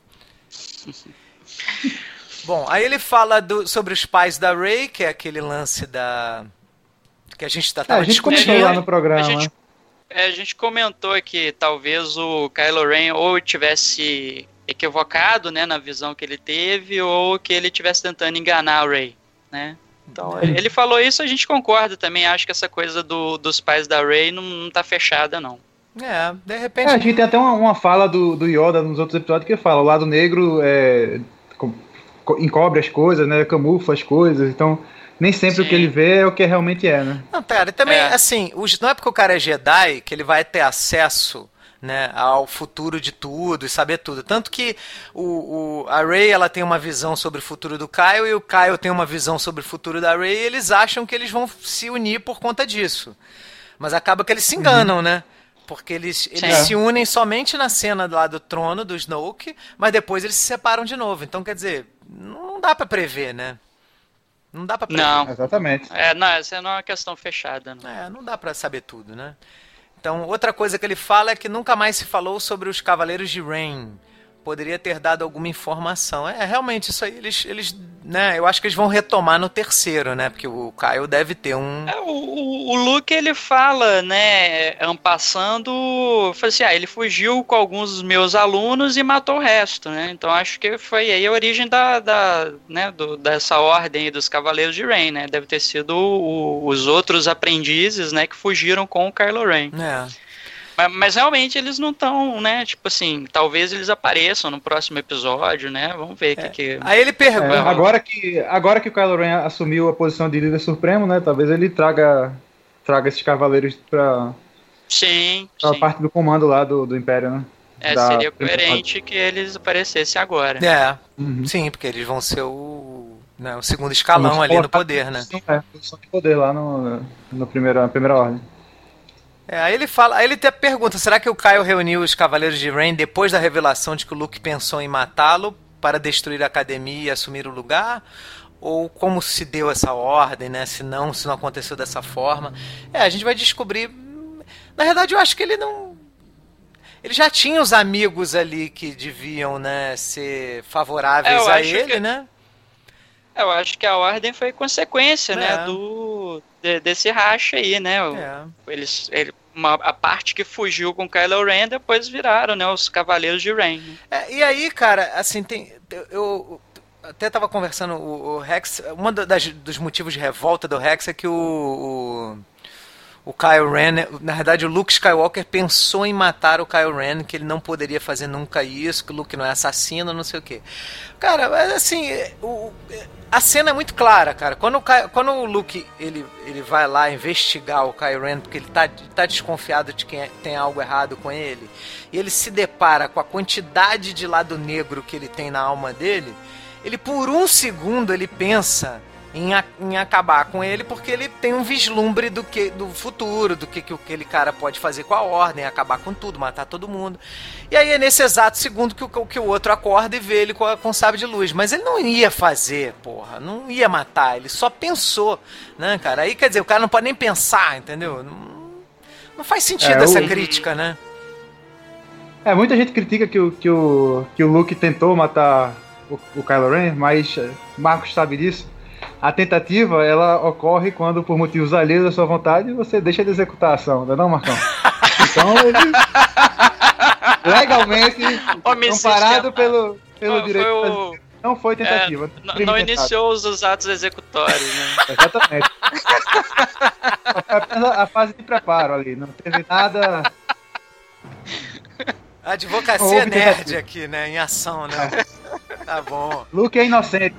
Bom, aí ele fala sobre os pais da Rey, que é aquele lance que a gente tava discutindo lá no programa. A gente comentou que talvez o Kylo Ren ou tivesse equivocado, né, na visão que ele teve, ou que ele estivesse tentando enganar a Rey, né? Então, ele falou isso, a gente concorda também. Acho que essa coisa dos pais da Rey não tá fechada, não. De repente... a gente tem até uma fala do Yoda nos outros episódios que fala, o lado negro encobre as coisas, né, camufla as coisas, então... Nem sempre o que ele vê é o que realmente é, né? Não, cara, e também, assim, não é porque o cara é Jedi que ele vai ter acesso, né, ao futuro de tudo e saber tudo. Tanto que a Rey, ela tem uma visão sobre o futuro do Kylo e o Kylo tem uma visão sobre o futuro da Rey e eles acham que eles vão se unir por conta disso. Mas acaba que eles se enganam, né? Porque eles se unem somente na cena lá do trono, do Snoke, mas depois eles se separam de novo. Então, quer dizer, não dá pra prever, né? Não dá pra prever. Não, exatamente. Essa não é uma questão fechada. Não dá pra saber tudo, né? Então, outra coisa que ele fala é que nunca mais se falou sobre os Cavaleiros de Rain. Poderia ter dado alguma informação. Realmente, isso aí, eles né, eu acho que eles vão retomar no terceiro, né? Porque o Kylo deve ter um... O Luke, ele fala, né, passando, fala assim, ele fugiu com alguns dos meus alunos e matou o resto, né? Então, acho que foi aí a origem dessa ordem aí dos Cavaleiros de Rain, né? Deve ter sido os outros aprendizes, né, que fugiram com o Kylo Ren. Mas realmente eles não estão, né? Tipo assim, talvez eles apareçam no próximo episódio, né? Vamos ver o que. Aí ele pergunta. Agora que o Kylo Ren assumiu a posição de líder supremo, né? Talvez ele traga esses cavaleiros pra parte do comando lá do Império, né? Seria coerente que eles aparecessem agora. Sim, porque eles vão ser o segundo escalão ali no poder, né? Posição de poder lá na primeira ordem. Aí ele até pergunta, será que o Kylo reuniu os Cavaleiros de Rain depois da revelação de que o Luke pensou em matá-lo para destruir a academia e assumir o lugar? Ou como se deu essa ordem, né? Se não aconteceu dessa forma. A gente vai descobrir. Na verdade, eu acho que ele não... Ele já tinha os amigos ali que deviam, né, ser favoráveis a ele, né? Eu acho que a ordem foi consequência, né, desse racha aí, né? A parte que fugiu com Kylo Ren, depois viraram, né, os Cavaleiros de Rain. E aí, cara, assim, eu até tava conversando, o Rex, dos motivos de revolta do Rex é que o Kylo Ren, na verdade o Luke Skywalker pensou em matar o Kylo Ren, que ele não poderia fazer nunca isso, que o Luke não é assassino, não sei o quê. Cara, assim, a cena é muito clara, cara. Quando o Luke ele vai lá investigar o Kylo Ren, porque ele tá desconfiado de que tem algo errado com ele, e ele se depara com a quantidade de lado negro que ele tem na alma dele, ele por um segundo ele pensa em acabar com ele, porque ele tem um vislumbre do futuro, do que aquele cara pode fazer com a ordem, acabar com tudo, matar todo mundo. E aí é nesse exato segundo que o outro acorda e vê ele com sabre de luz. Mas ele não ia fazer, não ia matar, ele só pensou, né, cara? Aí, quer dizer, o cara não pode nem pensar, entendeu? Não faz sentido essa crítica, né? Muita gente critica que o Luke tentou matar o Kylo Ren, mas Marcos sabe disso. A tentativa, ela ocorre quando, por motivos alheios à sua vontade, você deixa de executar a ação, não é não, Marcão? Então, ele legalmente, comparado pelo direito brasileiro, não foi tentativa. Não iniciou os atos executórios, né? Exatamente. Foi apenas a fase de preparo ali, não teve nada... Advocacia nerd aqui, né? Em ação, né? Tá bom. Luke é inocente.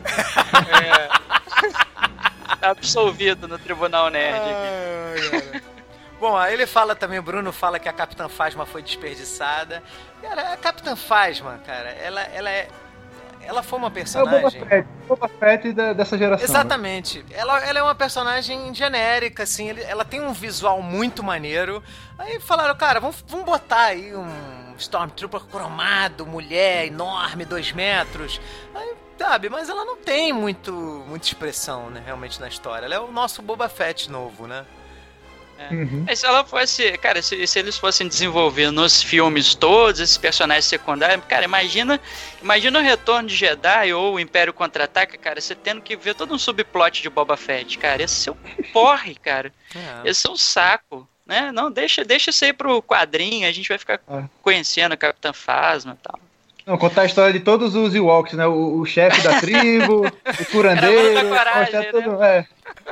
Tá absolvido no Tribunal Nerd aqui. Bom, aí ele fala também, o Bruno fala que a Capitã Phasma foi desperdiçada. Cara, a Capitã Phasma, cara, ela foi uma personagem... É o Boba Fett dessa geração. Exatamente. Né? Ela é uma personagem genérica, assim, ela tem um visual muito maneiro. Aí falaram, cara, vamos botar aí um Stormtrooper cromado, mulher, enorme, 2 metros. Aí, sabe, mas ela não tem muita expressão, né, realmente na história. Ela é o nosso Boba Fett novo, né? Uhum. Mas se ela fosse, cara, se eles fossem desenvolver nos filmes todos esses personagens secundários, cara, imagina o Retorno de Jedi ou o Império Contra-Ataca, cara, você tendo que ver todo um subplot de Boba Fett, cara, esse é um porre, cara, esse é um saco, né, não, deixa isso aí pro quadrinho, a gente vai ficar conhecendo a Capitã Phasma e tal. Não, contar a história de todos os Ewoks, né, o chefe da tribo, o curandeiro, coragem, tudo, né?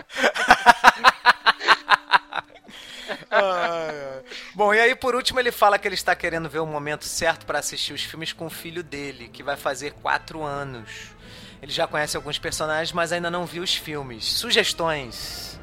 Bom, e aí por último ele fala que ele está querendo ver o momento certo para assistir os filmes com o filho dele, que vai fazer 4 anos. Ele já conhece alguns personagens, mas ainda não viu os filmes. Sugestões?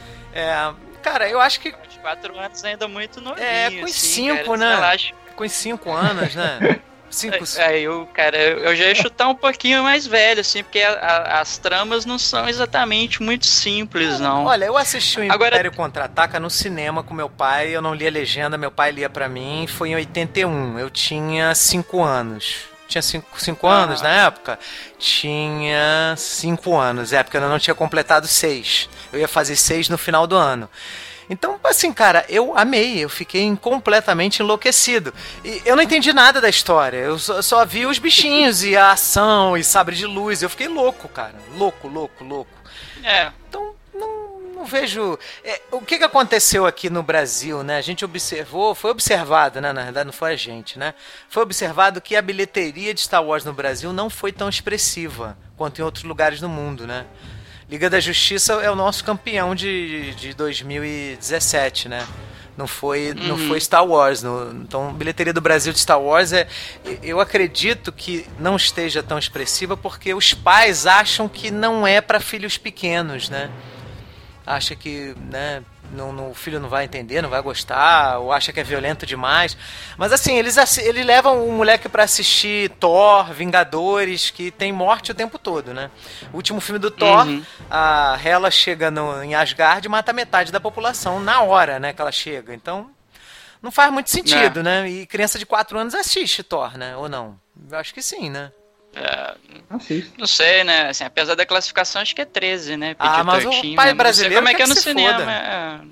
Cara, eu acho que... 4 anos ainda muito novinho. Com os assim, 5, né? Com os 5 anos, né? 5... eu já ia chutar um pouquinho mais velho, assim, porque as tramas não são exatamente muito simples, não. Olha, eu assisti o Império Contra-Ataca no cinema com meu pai, eu não li a legenda, meu pai lia pra mim, foi em 81, eu tinha 5 anos. Tinha 5 anos na época? Tinha 5 anos, porque eu não tinha completado 6. Eu ia fazer 6 no final do ano. Então, assim, cara, eu amei, eu fiquei completamente enlouquecido. E eu não entendi nada da história, eu só vi os bichinhos e a ação e sabre de luz, eu fiquei louco, cara, louco. Então, não vejo... o que aconteceu aqui no Brasil, né? A gente foi observado, né? Na verdade não foi a gente, né? Foi observado que a bilheteria de Star Wars no Brasil não foi tão expressiva quanto em outros lugares do mundo, né? Liga da Justiça é o nosso campeão de 2017, né? Não foi Star Wars. Então, a bilheteria do Brasil de Star Wars eu acredito que não esteja tão expressiva porque os pais acham que não é para filhos pequenos, né? Acha que, né, o filho não vai entender, não vai gostar, ou acha que é violento demais. Mas assim, eles levam o moleque pra assistir Thor, Vingadores, que tem morte o tempo todo, né? O último filme do Thor, a Hela chega em Asgard e mata metade da população na hora, né, que ela chega. Então, não faz muito sentido, né? E criança de 4 anos assiste Thor, né? Ou não? Eu acho que sim, né? Não sei, né? Assim, apesar da classificação, acho que é 13, né? Mas o pai brasileiro como é que é no se cinema.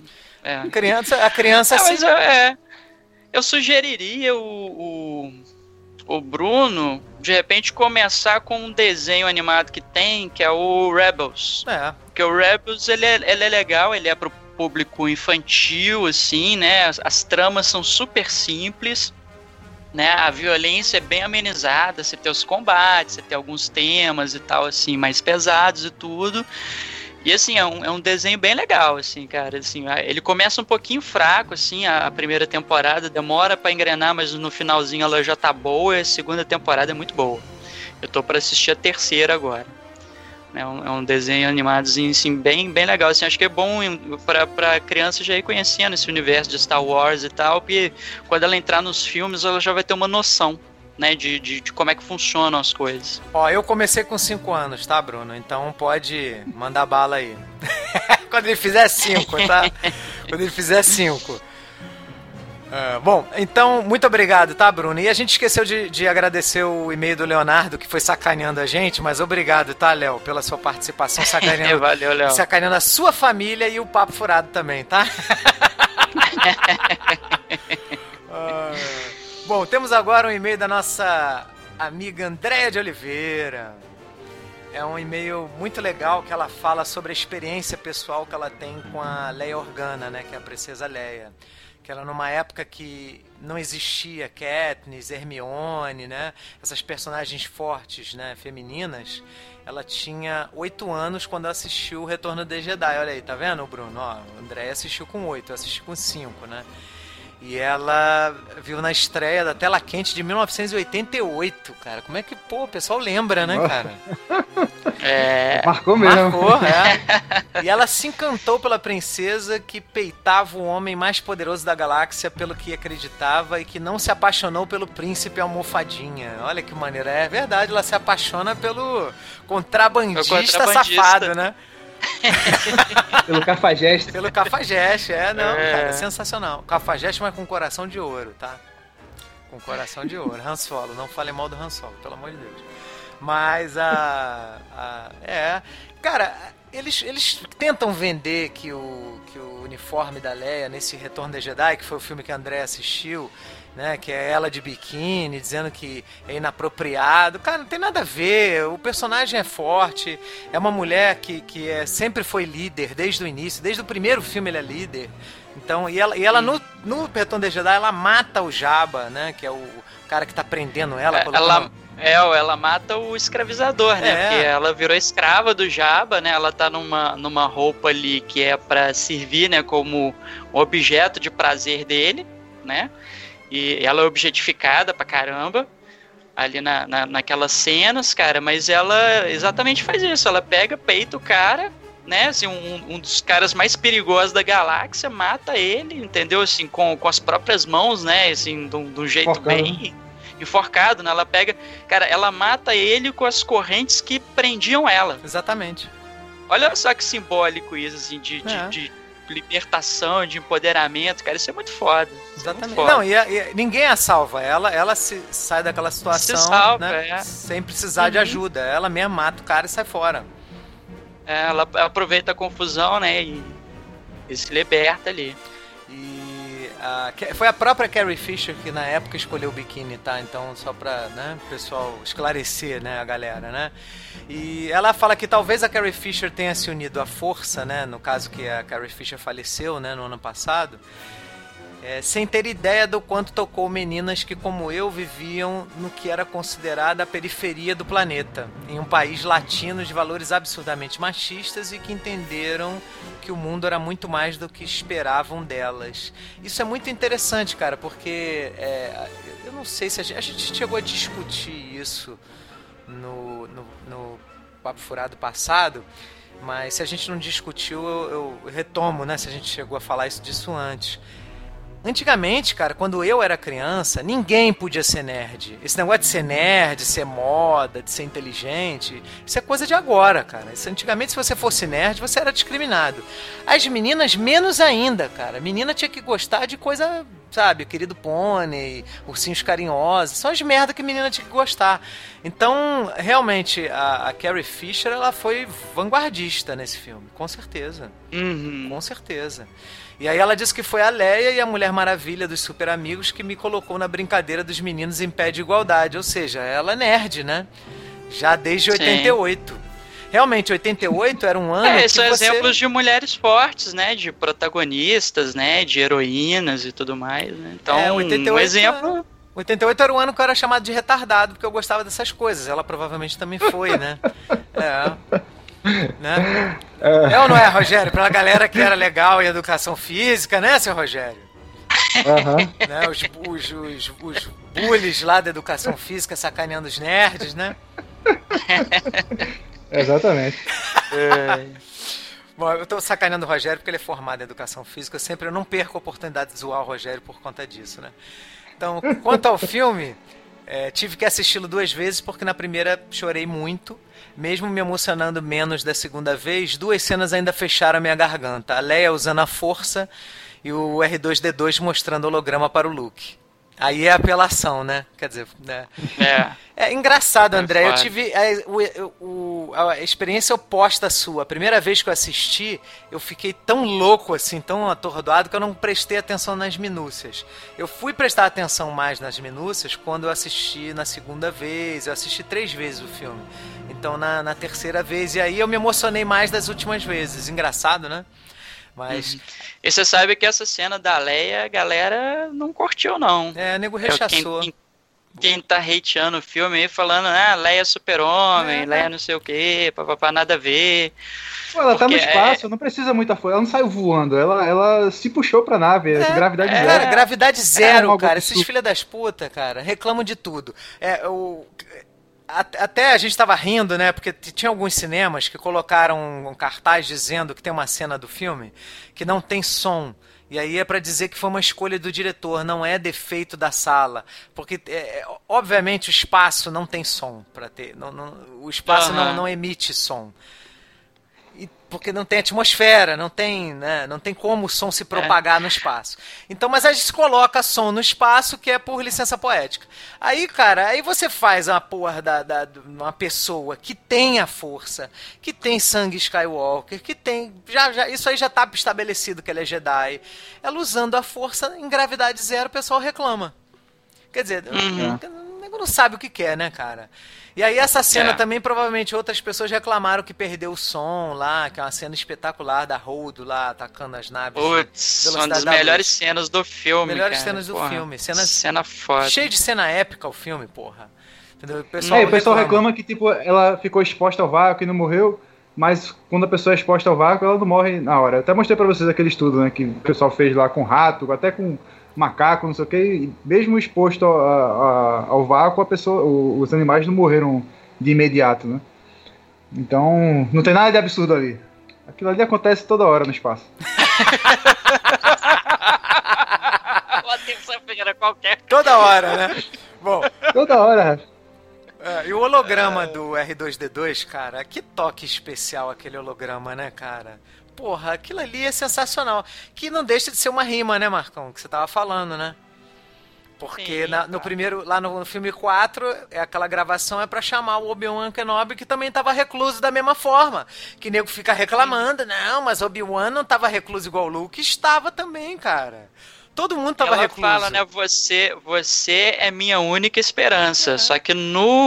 A criança mas eu sugeriria o Bruno, de repente, começar com um desenho animado que tem, que é o Rebels. Porque o Rebels, ele é legal, ele é pro público infantil, assim, né? As tramas são super simples. Né, a violência é bem amenizada, você tem os combates, você tem alguns temas e tal, assim, mais pesados e tudo. E, assim, é um desenho bem legal, assim, cara, assim, ele começa um pouquinho fraco, assim, a primeira temporada demora pra engrenar, mas no finalzinho ela já tá boa, e a segunda temporada é muito boa. Eu tô pra assistir a terceira agora. É um desenho animadozinho, assim, bem, bem legal, assim, acho que é bom pra criança já ir conhecendo esse universo de Star Wars e tal, porque quando ela entrar nos filmes, ela já vai ter uma noção, né, de como é que funcionam as coisas. Eu comecei com 5 anos, tá, Bruno? Então pode mandar bala aí. Quando ele fizer 5, tá? Quando ele fizer 5. Bom, então, muito obrigado, tá, Bruno? E a gente esqueceu de agradecer o e-mail do Leonardo, que foi sacaneando a gente, mas obrigado, tá, Léo, pela sua participação, sacaneando, valeu, Léo. Sacaneando a sua família e o Papo Furado também, tá? Bom, temos agora um e-mail da nossa amiga Andréia de Oliveira. É um e-mail muito legal que ela fala sobre a experiência pessoal que ela tem com a Leia Organa, né, que é a princesa Leia. Que ela numa época que não existia Katniss, Hermione, né? Essas personagens fortes, né? Femininas. Ela tinha 8 anos quando assistiu o Retorno de Jedi. Olha aí, tá vendo, Bruno? Ó, o André assistiu com 8, eu assisti com 5, né? E ela viu na estreia da Tela Quente de 1988, cara. Como é que, o pessoal lembra, né, cara? Marcou mesmo. Marcou, é. E ela se encantou pela princesa que peitava o homem mais poderoso da galáxia pelo que acreditava e que não se apaixonou pelo príncipe almofadinha. Olha que maneira. É verdade, ela se apaixona pelo contrabandista safado, né? Pelo cafajeste. Pelo cafajeste, não, cara, é sensacional. Cafajeste, mas com coração de ouro, tá? Com coração de ouro. Han Solo, não fale mal do Han Solo, pelo amor de Deus. Mas cara, eles tentam vender que o uniforme da Leia nesse Retorno de Jedi, que foi o filme que a André assistiu, né, que é ela de biquíni, dizendo que é inapropriado. Cara, não tem nada a ver. O personagem é forte, é uma mulher que sempre foi líder desde o início, desde o primeiro filme ele é líder. Então, e ela no Retorno de Jedi, ela mata o Jabba, né, que é o cara que tá prendendo ela. Ela mata o escravizador, né? Porque ela virou escrava do Jabba, né? Ela tá numa roupa ali que é pra servir, né, como um objeto de prazer dele, né? E ela é objetificada pra caramba ali naquelas cenas, cara, mas ela exatamente faz isso, ela pega, peita o cara, né, assim, um dos caras mais perigosos da galáxia, mata ele, entendeu, assim, com as próprias mãos, né, assim, de um jeito Enforcado. bem enforcado, né, ela pega, cara, ela mata ele com as correntes que prendiam ela. Exatamente. Olha só que simbólico isso, assim, de libertação, de empoderamento, cara, isso é muito foda. Exatamente. Muito foda. Não, e ninguém a salva. Ela sai daquela situação, se salva, né, sem precisar de ajuda. Ela mesma mata o cara e sai fora. Ela aproveita a confusão, né, e se liberta ali. E foi a própria Carrie Fisher que na época escolheu o biquíni, tá? Então, só pra, né, o pessoal esclarecer, né, a galera, né? E ela fala que talvez a Carrie Fisher tenha se unido à força, né? No caso que a Carrie Fisher faleceu, né, no ano passado, sem ter ideia do quanto tocou meninas que, como eu, viviam no que era considerada a periferia do planeta, em um país latino de valores absurdamente machistas e que entenderam que o mundo era muito mais do que esperavam delas. Isso é muito interessante, cara, porque eu não sei se a gente chegou a discutir isso no Papo Furado passado, mas se a gente não discutiu, eu retomo, né, se a gente chegou a falar disso antes. Antigamente, cara, quando eu era criança, ninguém podia ser nerd. Esse negócio de ser nerd, de ser moda, de ser inteligente, isso é coisa de agora, cara. Antigamente, se você fosse nerd, você era discriminado. As meninas, menos ainda, cara. Menina tinha que gostar de coisa, sabe, Querido Pônei, Ursinhos Carinhosos. São as merda que menina tinha que gostar. Então, realmente, a Carrie Fisher, ela foi vanguardista nesse filme, com certeza. Com certeza. E aí ela disse que foi a Leia e a Mulher Maravilha dos Super Amigos que me colocou na brincadeira dos meninos em pé de igualdade. Ou seja, ela é nerd, né? Já desde 88. Sim. Realmente, 88 era um ano que são exemplos de mulheres fortes, né? De protagonistas, né? De heroínas e tudo mais, né? Então, 88, um exemplo... 88 era o ano que eu era chamado de retardado, porque eu gostava dessas coisas. Ela provavelmente também foi, né? Né? É ou não é, Rogério? Pra galera que era legal em educação física, né, seu Rogério? Né? Os bullies lá da educação física sacaneando os nerds, né? Exatamente. Bom, eu tô sacaneando o Rogério porque ele é formado em educação física. Eu não perco a oportunidade de zoar o Rogério por conta disso, né? Então, quanto ao filme, tive que assisti-lo 2 vezes porque na primeira chorei muito. Mesmo me emocionando menos da segunda vez, 2 cenas ainda fecharam a minha garganta. A Leia usando a força e o R2-D2 mostrando holograma para o Luke. Aí é apelação, né? Quer dizer, né? É engraçado, André. Eu tive a experiência oposta à sua. A primeira vez que eu assisti, eu fiquei tão louco, assim, tão atordoado, que eu não prestei atenção nas minúcias. Eu fui prestar atenção mais nas minúcias quando eu assisti na segunda vez. Eu assisti 3 vezes o filme. Então, na terceira vez. E aí eu me emocionei mais das últimas vezes. Engraçado, né? Mas... E você sabe que essa cena da Leia, a galera não curtiu, não. O nego rechaçou. Quem tá hateando o filme aí, falando, Leia é super-homem, Leia não sei o quê, papapá, nada a ver. Pô, ela tá no espaço, não precisa muita força, ela não saiu voando, ela se puxou pra nave, gravidade zero. Gravidade zero, cara. Esses filha das putas, cara, reclamam de tudo. Até a gente tava rindo, né? Porque tinha alguns cinemas que colocaram um cartaz dizendo que tem uma cena do filme que não tem som. E aí é pra dizer que foi uma escolha do diretor, não é defeito da sala. Porque, obviamente, o espaço não tem som para ter. O espaço não emite som. Porque não tem atmosfera, não tem, né, não tem como o som se propagar no espaço. Então, mas a gente coloca som no espaço, que é por licença poética. Aí, cara, aí você faz uma porra uma pessoa que tem a força, que tem sangue Skywalker, que tem... isso aí já tá estabelecido que ela é Jedi. Ela usando a força em gravidade zero, o pessoal reclama. Quer dizer, o nego não sabe o que quer, né, cara? E aí essa cena também, provavelmente, outras pessoas reclamaram que perdeu o som lá, que é uma cena espetacular da Holdo lá, atacando as naves. Putz, uma das melhores cenas do filme, melhores cenas do filme. Cena foda. Cheio de cena épica o filme, porra. Entendeu? O pessoal reclama que, tipo, ela ficou exposta ao vácuo e não morreu, mas quando a pessoa é exposta ao vácuo, ela não morre na hora. Eu até mostrei pra vocês aquele estudo, né, que o pessoal fez lá com rato, até com macaco, não sei o que, mesmo exposto ao vácuo, os animais não morreram de imediato, né? Então, não tem nada de absurdo ali. Aquilo ali acontece toda hora no espaço. Toda hora, né? Bom. Toda hora. E o holograma do R2-D2, cara, que toque especial aquele holograma, né, cara? Porra, aquilo ali é sensacional. Que não deixa de ser uma rima, né, Marcão? Que você tava falando, né? Porque no primeiro, lá no filme 4, aquela gravação é pra chamar o Obi-Wan Kenobi, que também tava recluso da mesma forma. Que nego fica reclamando, não, mas Obi-Wan não tava recluso igual o Luke. Estava também, cara. Todo mundo tava recluso. Ela fala, né, você é minha única esperança. Só que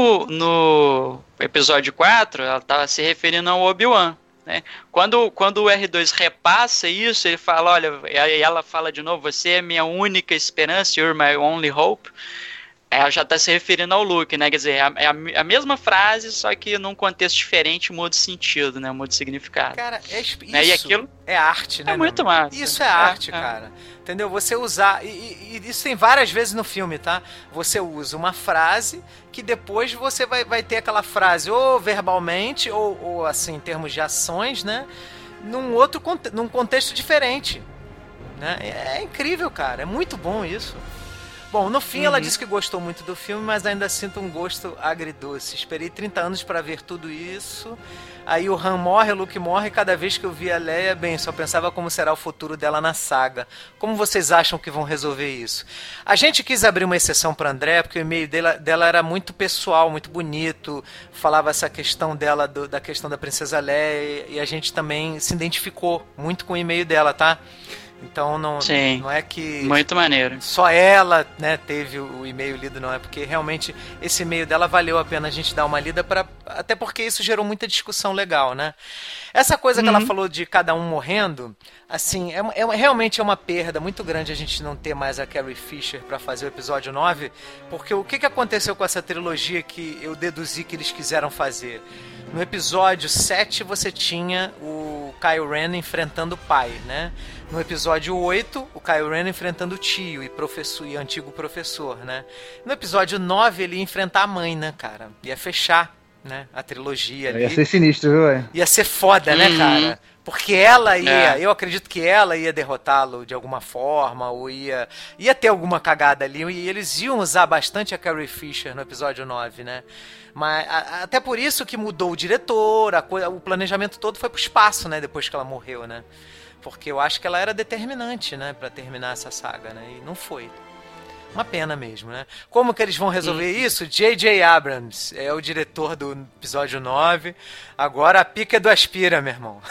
no episódio 4, ela tava se referindo ao Obi-Wan. Né? Quando o R2 repassa isso, ele fala, olha, e ela fala de novo, você é minha única esperança, you're my only hope. Ela já está se referindo ao Luke, né? Quer dizer, é a mesma frase, só que num contexto diferente muda o sentido, né? Muda o significado. Cara, isso e aquilo é arte, né? É muito massa. Isso é arte, cara. Entendeu? Você usar... E isso tem várias vezes no filme, tá? Você usa uma frase que depois você vai ter aquela frase ou verbalmente, ou assim, em termos de ações, né? Num contexto diferente. Né? É incrível, cara. É muito bom isso. Bom, no fim ela disse que gostou muito do filme, mas ainda sinto um gosto agridoce. Esperei 30 anos pra ver tudo isso. Aí o Han morre, o Luke morre, e cada vez que eu via a Leia, bem, só pensava como será o futuro dela na saga. Como vocês acham que vão resolver isso? A gente quis abrir uma exceção para André, porque o e-mail dela era muito pessoal, muito bonito, falava essa questão dela, da questão da Princesa Leia, e a gente também se identificou muito com o e-mail dela, tá? Então não é que muito maneiro. Só ela, né, teve o e-mail lido, não é, porque realmente esse e-mail dela valeu a pena a gente dar uma lida, até porque isso gerou muita discussão legal, né? Essa coisa que ela falou de cada um morrendo, assim, realmente é uma perda muito grande a gente não ter mais a Carrie Fisher para fazer o episódio 9, porque o que aconteceu com essa trilogia que eu deduzi que eles quiseram fazer? No episódio 7 você tinha o Kylo Ren enfrentando o pai, né? No episódio 8, o Kylo Ren enfrentando o tio e antigo professor, né? No episódio 9 ele ia enfrentar a mãe, né, cara? Ia fechar, né, a trilogia ali. Ia ser sinistro, viu? Ia ser foda, né, cara? Porque ela ia, eu acredito que ela ia derrotá-lo de alguma forma, ou ia ter alguma cagada ali, e eles iam usar bastante a Carrie Fisher no episódio 9, né? Mas até por isso que mudou o diretor, o planejamento todo foi pro espaço, né, depois que ela morreu, né? Porque eu acho que ela era determinante, né, pra terminar essa saga, né? E não foi. Uma pena mesmo, né? Como que eles vão resolver isso? J.J. Abrams é o diretor do episódio 9. Agora a pica é do Aspira, meu irmão.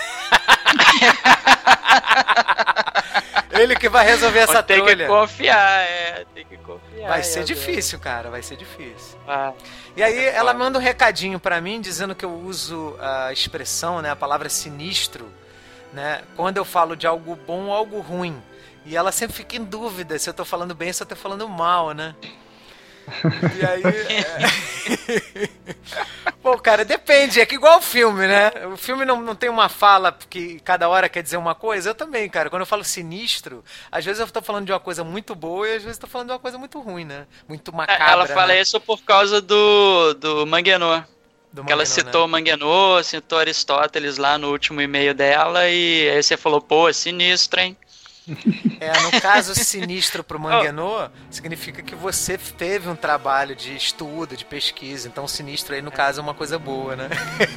Ele que vai resolver essa trolha. Tem que confiar, tem que confiar. Vai ser difícil, cara, vai ser difícil. E aí ela manda um recadinho pra mim, dizendo que eu uso a expressão, né, a palavra sinistro, né, quando eu falo de algo bom ou algo ruim. E ela sempre fica em dúvida se eu tô falando bem ou se eu tô falando mal, né? E aí... Pô, cara, depende, é que igual o filme, né? O filme não tem uma fala que cada hora quer dizer uma coisa. Eu também, cara, quando eu falo sinistro, às vezes eu tô falando de uma coisa muito boa e às vezes eu tô falando de uma coisa muito ruim, né? Muito macabra. Ela fala né? isso por causa do Manguenô. Que ela citou né? Manguenô, citou Aristóteles lá no último e-mail dela, e aí você falou, pô, sinistro, hein? No caso, sinistro pro Manguenô, significa que você teve um trabalho de estudo, de pesquisa. Então, sinistro aí, no caso, é uma coisa boa, né?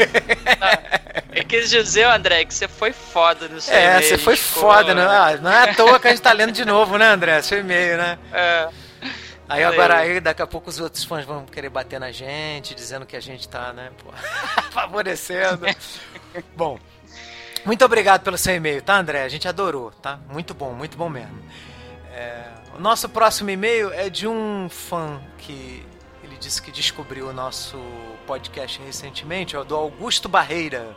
Eu quis dizer, André, que você foi foda no seu e-mail. Você foi foda, né? Não é à toa que a gente tá lendo de novo, né, André? Seu e-mail, né? Aí agora, daqui a pouco os outros fãs vão querer bater na gente, dizendo que a gente tá, né, pô, favorecendo. Bom, muito obrigado pelo seu e-mail, tá, André? A gente adorou, tá? Muito bom mesmo. O nosso próximo e-mail é de um fã que ele disse que descobriu o nosso podcast recentemente, é o do Augusto Barreira.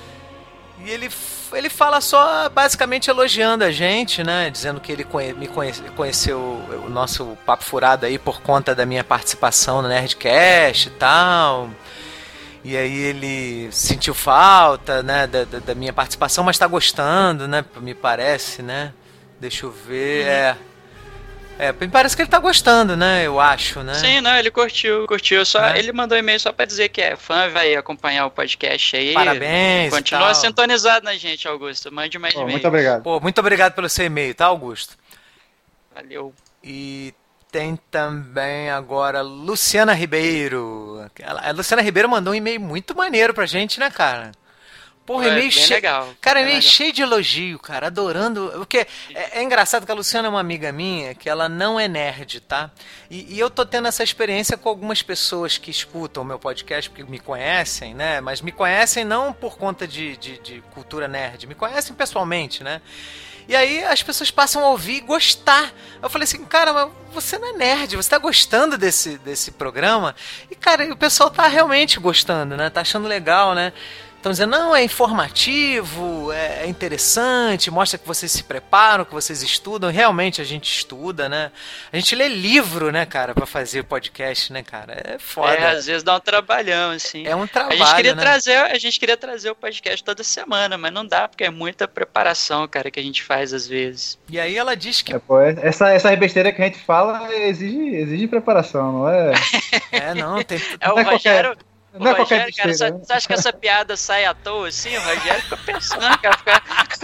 E ele fala só basicamente elogiando a gente, né? Dizendo que ele conheceu o nosso Papo Furado aí por conta da minha participação no Nerdcast e tal. E aí ele sentiu falta, né, da minha participação, mas tá gostando, né? Me parece, né? Deixa eu ver. Me parece que ele tá gostando, né? Eu acho, né? Sim, não, ele curtiu. Ele mandou e-mail só pra dizer que é fã, vai acompanhar o podcast aí. Parabéns. Continua sintonizado na gente, Augusto. Mande mais e-mail. Muito obrigado. Pô, muito obrigado pelo seu e-mail, tá, Augusto? Valeu. E tem também agora Luciana Ribeiro. A Luciana Ribeiro mandou um e-mail muito maneiro pra gente, né, cara? Porra, e-mail cheio. Legal. Cara, e-mail cheio de elogio, cara. Adorando. Porque é engraçado que a Luciana é uma amiga minha que ela não é nerd, tá? E eu tô tendo essa experiência com algumas pessoas que escutam o meu podcast, porque me conhecem, né? Mas me conhecem não por conta de cultura nerd, me conhecem pessoalmente, né? E aí as pessoas passam a ouvir e gostar. Eu falei assim, cara, mas você não é nerd, você tá gostando desse programa? E, cara, o pessoal tá realmente gostando, né? Tá achando legal, né? Estão dizendo, não, é informativo, é interessante, mostra que vocês se preparam, que vocês estudam. Realmente a gente estuda, né? A gente lê livro, né, cara, pra fazer podcast, né, cara? É foda. Às vezes dá um trabalhão, assim. É um trabalho, a gente queria trazer o podcast toda semana, mas não dá, porque é muita preparação, cara, que a gente faz às vezes. E aí ela diz que... Essa besteira que a gente fala exige preparação, não é? Não, tem... É o Rogério... Não é qualquer Rogério, cara, né? você acha que essa piada sai à toa assim? O Rogério fica pensando, cara.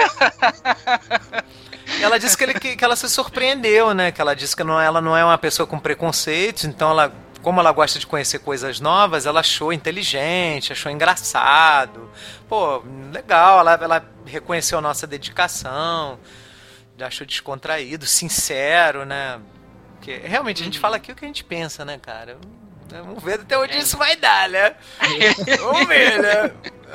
Ela disse que ela se surpreendeu, né? Que ela disse que ela não é uma pessoa com preconceitos, então como ela gosta de conhecer coisas novas, ela achou inteligente, achou engraçado. Pô, legal, ela reconheceu a nossa dedicação, achou descontraído, sincero, né? Porque realmente a gente fala aqui o que a gente pensa, né, cara? Vamos ver até onde isso vai dar, né? Vamos ver, né?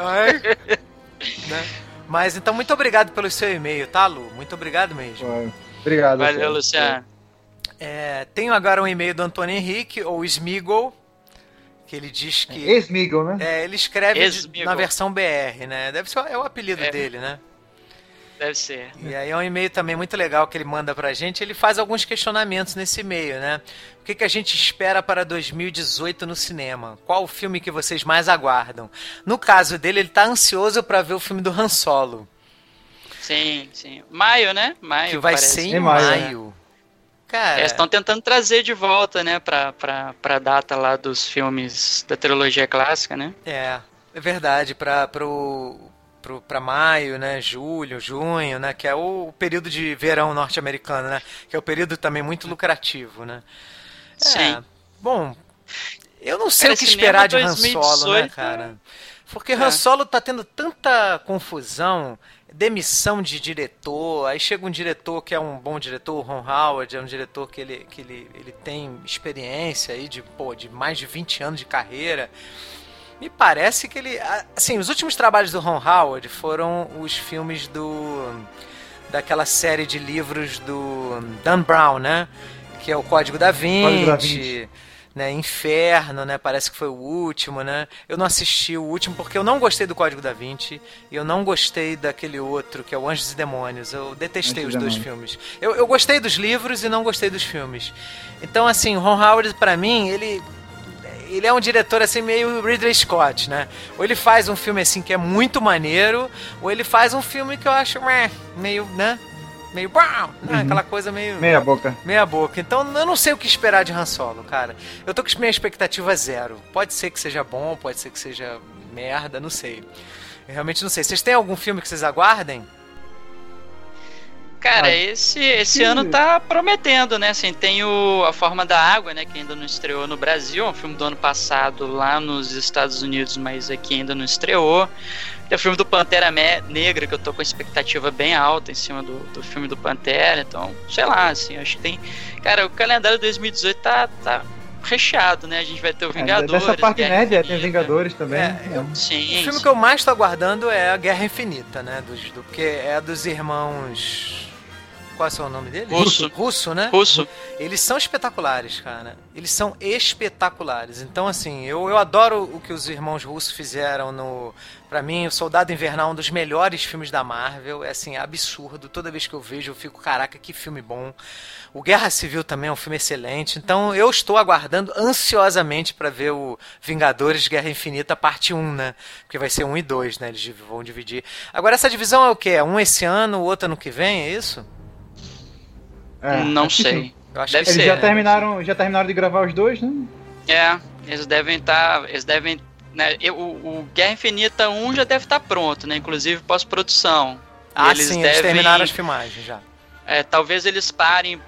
Mas então, muito obrigado pelo seu e-mail, tá, Lu? Muito obrigado mesmo. Obrigado. Valeu, Luciano. Tenho agora um e-mail do Antônio Henrique, ou Smigol, que ele diz que... Smigol, né? Ele escreve na versão BR, né? Deve ser o apelido dele, né? Deve ser. E aí é um e-mail também muito legal que ele manda pra gente. Ele faz alguns questionamentos nesse e-mail, né? O que a gente espera para 2018 no cinema? Qual o filme que vocês mais aguardam? No caso dele, ele tá ansioso pra ver o filme do Han Solo. Sim. Maio, né? Que vai ser em maio. Né? Cara... Eles estão tentando trazer de volta, né? Pra data lá dos filmes da trilogia clássica, né? É verdade. Pra maio, né, julho, junho, né, que é o período de verão norte-americano, né, que é o período também muito lucrativo, né. Sim. Bom, eu não sei o que esperar de Han Solo, né, cara, porque Han Solo tá tendo tanta confusão, demissão de diretor, aí chega um diretor que é um bom diretor, o Ron Howard, é um diretor que ele tem experiência aí de mais de 20 anos de carreira. Me parece que ele... Assim, os últimos trabalhos do Ron Howard foram os filmes daquela série de livros do Dan Brown, né? Que é o Código da Vinci, né? Inferno, né? Parece que foi o último, né? Eu não assisti o último porque eu não gostei do Código da Vinci e eu não gostei daquele outro, que é o Anjos e Demônios. Eu detestei os dois filmes. Eu gostei dos livros e não gostei dos filmes. Então, assim, o Ron Howard, pra mim, ele ele é um diretor assim meio Ridley Scott, né? Ou ele faz um filme assim que é muito maneiro, ou ele faz um filme que eu acho meio, né? Meio bom, né? Aquela coisa meio... Meia boca. Meia boca. Então eu não sei o que esperar de Han Solo, cara. Eu tô com minha expectativa zero. Pode ser que seja bom, pode ser que seja merda, não sei. Eu realmente não sei. Vocês têm algum filme que vocês aguardem? Cara, esse ano tá prometendo, né? Assim, tem A Forma da Água, né? Que ainda não estreou no Brasil. É um filme do ano passado lá nos Estados Unidos, mas aqui ainda não estreou. Tem o filme do Pantera Negra, que eu tô com expectativa bem alta em cima do filme do Pantera. Então, sei lá, assim, acho que tem... Cara, o calendário de 2018 tá recheado, né? A gente vai ter o Vingadores. Dessa parte média tem Vingadores também. Sim, o filme que eu mais tô aguardando é a Guerra Infinita, né? Porque é dos irmãos... Qual é o nome dele? Russo, né? Russo. Eles são espetaculares, cara. Eles são espetaculares. Então, assim, eu adoro o que os irmãos russos fizeram Pra mim, o Soldado Invernal é um dos melhores filmes da Marvel. É, assim, absurdo. Toda vez que eu vejo, eu fico, caraca, que filme bom. O Guerra Civil também é um filme excelente. Então, eu estou aguardando ansiosamente pra ver o Vingadores Guerra Infinita parte 1, né? Porque vai ser 1 e 2, né? Eles vão dividir. Agora, essa divisão é o quê? Um esse ano, o outro ano que vem, é isso? Não sei. Eu acho Deve que ser. Eles já terminaram de gravar os dois, né? Eles devem né, o Guerra Infinita 1 já deve estar pronto, né? Inclusive pós-produção. Eles terminaram as filmagens já. Talvez eles parem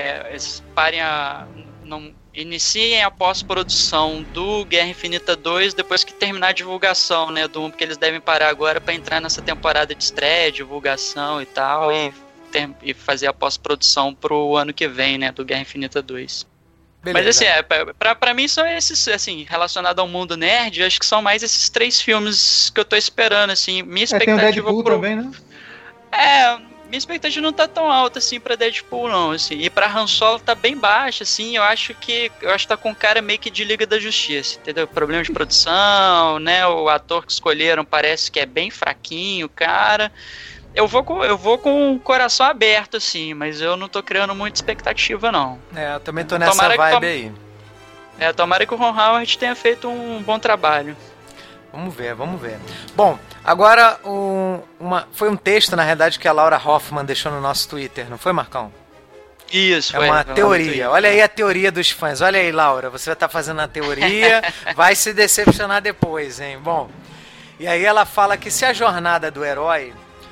iniciem a pós-produção do Guerra Infinita 2 depois que terminar a divulgação, né, do 1, porque eles devem parar agora para entrar nessa temporada de estreia, divulgação e tal, e fazer a pós-produção pro ano que vem, né, do Guerra Infinita 2. Beleza. Mas assim, pra mim são esses, assim, relacionado ao mundo nerd, acho que são mais esses 3 filmes que eu tô esperando, assim, minha expectativa... Tem o Deadpool também, né? Minha expectativa não tá tão alta, assim, pra Deadpool, não, assim, e pra Han Solo tá bem baixa, assim, eu acho que tá com cara meio que de Liga da Justiça, entendeu? Problema de produção, né, o ator que escolheram parece que é bem fraquinho, cara... Eu vou com o coração aberto, assim, mas eu não tô criando muita expectativa, não. Eu também tô nessa vibe aí. Tomara que o Ron Howard tenha feito um bom trabalho. Vamos ver. Bom, agora foi um texto, na realidade, que a Laura Hoffman deixou no nosso Twitter, não foi, Marcão? Isso, foi uma teoria. Olha aí a teoria dos fãs. Olha aí, Laura, você vai estar fazendo a teoria, vai se decepcionar depois, hein? Bom, e aí ela fala que se a jornada do herói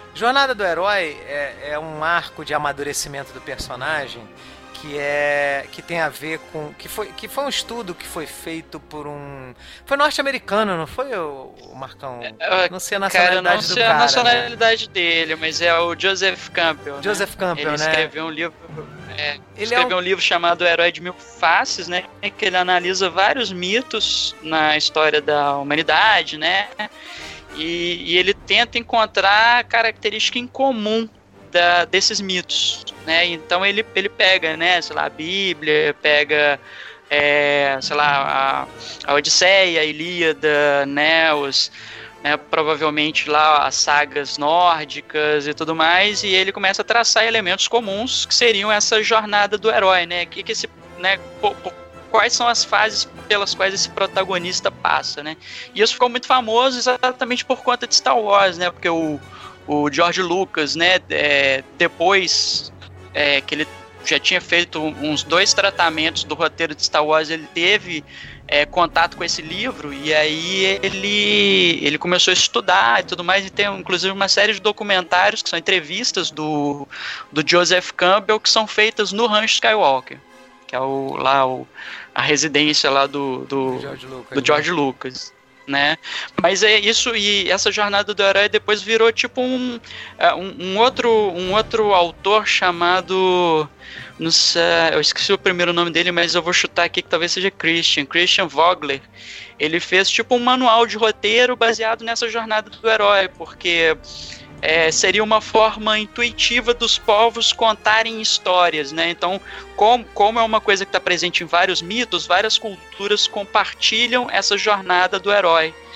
é um arco de amadurecimento do personagem que tem a ver com... Que foi um estudo que foi feito por foi norte-americano, não foi, o Marcão? Não sei a nacionalidade do cara. Não sei a nacionalidade dele, mas é o Joseph Campbell. Joseph Campbell, ele né? Escreveu um livro... escreveu um livro chamado O Herói de Mil Faces, né? Que ele analisa vários mitos na história da humanidade, né? E ele tenta encontrar característica em comum desses mitos, né? Então ele pega, né, sei lá, a Bíblia, pega, sei lá, a Odisseia, a Ilíada, né, provavelmente lá as sagas nórdicas e tudo mais, e ele começa a traçar elementos comuns que seriam essa jornada do herói, né? Quais são as fases pelas quais esse protagonista passa, né? E isso ficou muito famoso exatamente por conta de Star Wars, né? Porque o George Lucas, né? Depois que ele já tinha feito uns 2 tratamentos do roteiro de Star Wars, ele teve contato com esse livro, e aí ele começou a estudar e tudo mais, e tem inclusive uma série de documentários que são entrevistas do Joseph Campbell que são feitas no Rancho Skywalker, que é a residência lá do George Lucas, né? Mas é isso, e essa jornada do herói depois virou tipo um outro autor chamado, não sei, eu esqueci o primeiro nome dele, mas eu vou chutar aqui que talvez seja Christian Vogler. Ele fez tipo um manual de roteiro baseado nessa jornada do herói, porque seria uma forma intuitiva dos povos contarem histórias, né? Então, como é uma coisa que está presente em vários mitos, várias culturas compartilham essa jornada do herói.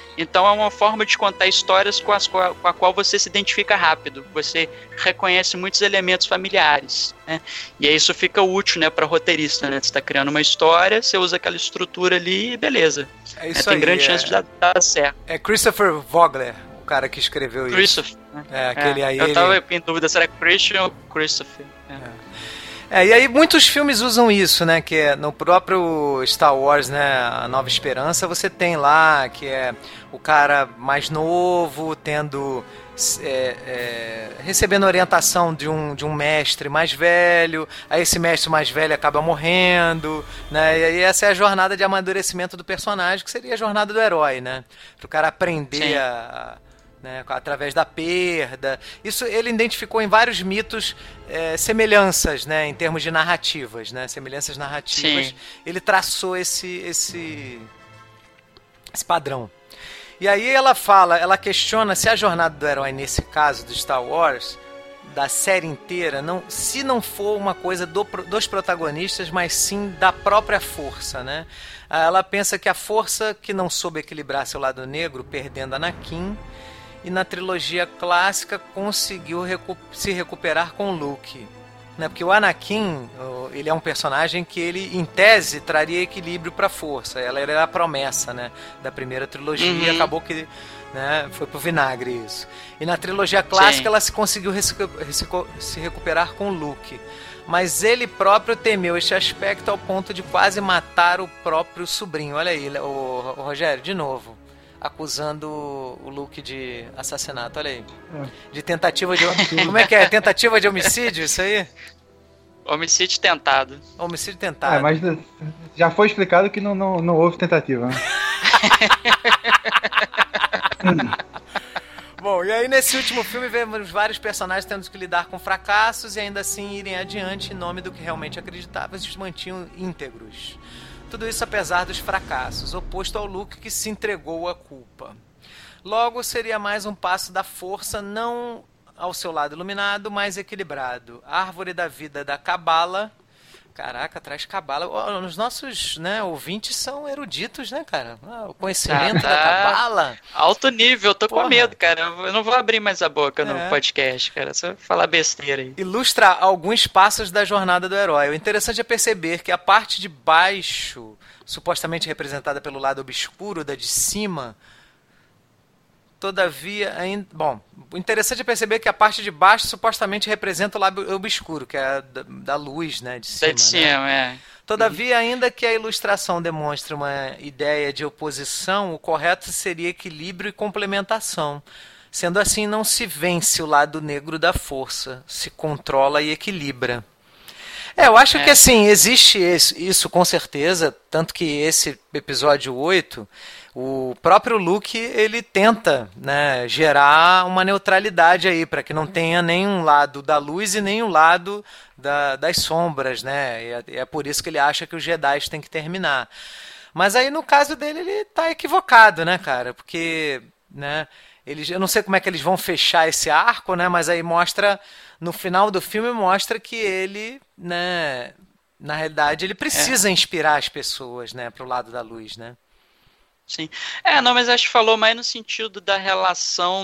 Então é uma forma de contar histórias com a qual você se identifica rápido. Você reconhece muitos elementos familiares, né? E aí isso fica útil, né, para roteirista, né? Você está criando uma história, você usa aquela estrutura ali e beleza. É isso tem aí, grande chance de dar certo. É Christopher Vogler, o cara que escreveu isso. Christopher, né? Aquele aí. Eu tava em dúvida, será Christian ou Christopher? E aí muitos filmes usam isso, né, que é no próprio Star Wars, né, A Nova Esperança, você tem lá, que é o cara mais novo, tendo, recebendo orientação de um mestre mais velho, aí esse mestre mais velho acaba morrendo, né, e aí essa é a jornada de amadurecimento do personagem, que seria a jornada do herói, né, pro cara aprender né, através da perda. Isso ele identificou em vários mitos semelhanças, né, em termos de narrativas, né, semelhanças narrativas. Sim. Ele traçou esse padrão. E aí ela questiona se a jornada do herói, nesse caso do Star Wars, da série inteira, se não for uma coisa dos protagonistas, mas sim da própria força, né? Ela pensa que a força que não soube equilibrar seu lado negro, perdendo Anakin, e na trilogia clássica conseguiu se recuperar com Luke, né? Porque o Anakin, ele é um personagem que ele, em tese, traria equilíbrio para a força. Ela era a promessa, né, da primeira trilogia, e acabou que, né, foi pro vinagre isso. E na trilogia clássica ela se conseguiu se recuperar com Luke. Mas ele próprio temeu este aspecto ao ponto de quase matar o próprio sobrinho. Olha aí, o Rogério, de novo, acusando o Luke de assassinato, olha aí. De tentativa de... Como é que é? Tentativa de homicídio, isso aí? Homicídio tentado. Homicídio tentado. Mas já foi explicado que não houve tentativa, né? Bom, e aí nesse último filme vemos vários personagens tendo que lidar com fracassos e ainda assim irem adiante em nome do que realmente acreditavam e se mantinham íntegros. Tudo isso apesar dos fracassos, oposto ao Luke que se entregou à culpa. Logo, seria mais um passo da força, não ao seu lado iluminado, mas equilibrado. A árvore da vida da Cabala. Caraca, traz Cabala. Os nossos, né, ouvintes são eruditos, né, cara? O conhecimento da Cabala. Alto nível, tô com medo, cara. Eu não vou abrir mais a boca no podcast, cara. Só falar besteira aí. Ilustra alguns passos da jornada do herói. O interessante é perceber que a parte de baixo, supostamente representada pelo lado obscuro da de cima, todavia, ainda... Bom, o interessante é perceber que a parte de baixo supostamente representa o lado obscuro, que é da luz, né, de cima. De cima, né? Todavia, ainda que a ilustração demonstre uma ideia de oposição, o correto seria equilíbrio e complementação. Sendo assim, não se vence o lado negro da força, se controla e equilibra. Eu acho que assim, existe isso com certeza, tanto que esse episódio 8... O próprio Luke, ele tenta, né, gerar uma neutralidade aí, para que não tenha nenhum lado da luz e nenhum lado das sombras, né? E é por isso que ele acha que os Jedi têm que terminar. Mas aí, no caso dele, ele tá equivocado, né, cara? Porque, né, eu não sei como é que eles vão fechar esse arco, né? Mas aí mostra, no final do filme, mostra que ele, né, na realidade, ele precisa inspirar as pessoas, né, pro lado da luz, né? Sim. Não, mas acho que falou mais no sentido da relação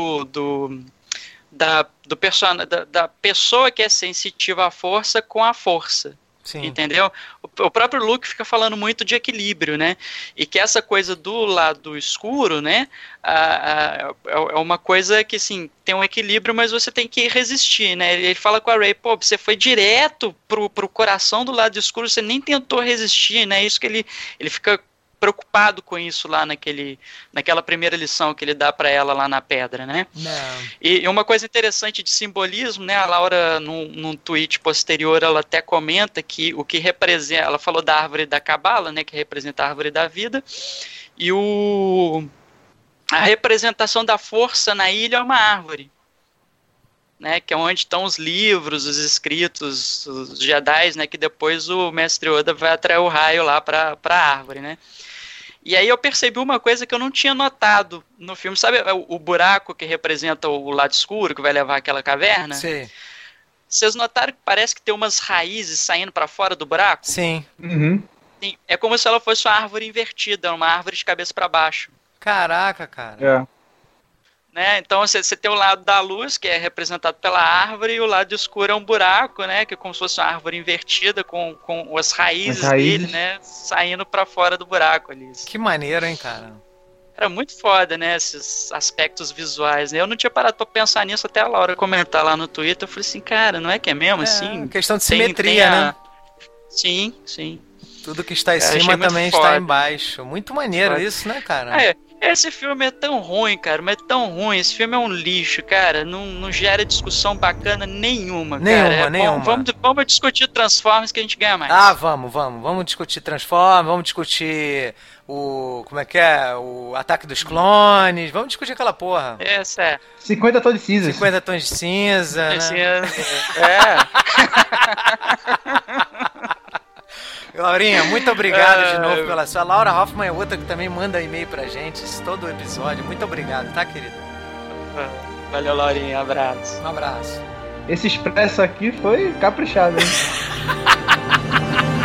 da pessoa que é sensitiva à força com a força. Sim. Entendeu? O próprio Luke fica falando muito de equilíbrio, né? E que essa coisa do lado escuro, né? É uma coisa que, assim, tem um equilíbrio, mas você tem que resistir, né? Ele fala com a Rey, pô, você foi direto pro coração do lado escuro, você nem tentou resistir, né? Isso que ele fica preocupado com isso lá naquela primeira lição que ele dá para ela lá na pedra, né? Não. E uma coisa interessante de simbolismo, né? A Laura, num tweet posterior, ela até comenta que o que representa, ela falou da árvore da Cabala, né? Que representa a árvore da vida, e a representação da força na ilha é uma árvore, né, que é onde estão os livros, os escritos, os Jedi, né, que depois o Mestre Yoda vai atrair o raio lá para a árvore, né. E aí eu percebi uma coisa que eu não tinha notado no filme, sabe o buraco que representa o lado escuro, que vai levar àquela caverna? Sim. Vocês notaram que parece que tem umas raízes saindo para fora do buraco? Sim. Uhum. Sim. É como se ela fosse uma árvore invertida, uma árvore de cabeça para baixo. Caraca, cara. É. Né? Então você tem o lado da luz, que é representado pela árvore, e o lado escuro é um buraco, né? Que é como se fosse uma árvore invertida com as raízes dele, né? Saindo pra fora do buraco ali. Que maneiro, hein, cara? Era muito foda, né? Esses aspectos visuais, né? Eu não tinha parado pra pensar nisso até a Laura comentar lá no Twitter. Eu falei assim, cara, não é que é mesmo assim? Questão de simetria, né? Sim, sim. Tudo que está em cima também está embaixo. Muito maneiro isso, né, cara? Esse filme é tão ruim, cara, mas é tão ruim. Esse filme é um lixo, cara. Não gera discussão bacana nenhuma, cara. Nenhuma. Vamos discutir Transformers que a gente ganha mais. Ah, vamos. Vamos discutir Transformers, vamos discutir como é que é? O Ataque dos Clones. Vamos discutir aquela porra. Essa é. 50 tons de cinza. 50 tons de cinza, né? Laurinha, muito obrigado de novo pela sua. Laura Hoffman é outra que também manda e-mail pra gente todo o episódio. Muito obrigado, tá, querida? Valeu, Laurinha. Abraço. Um abraço. Esse expresso aqui foi caprichado, hein?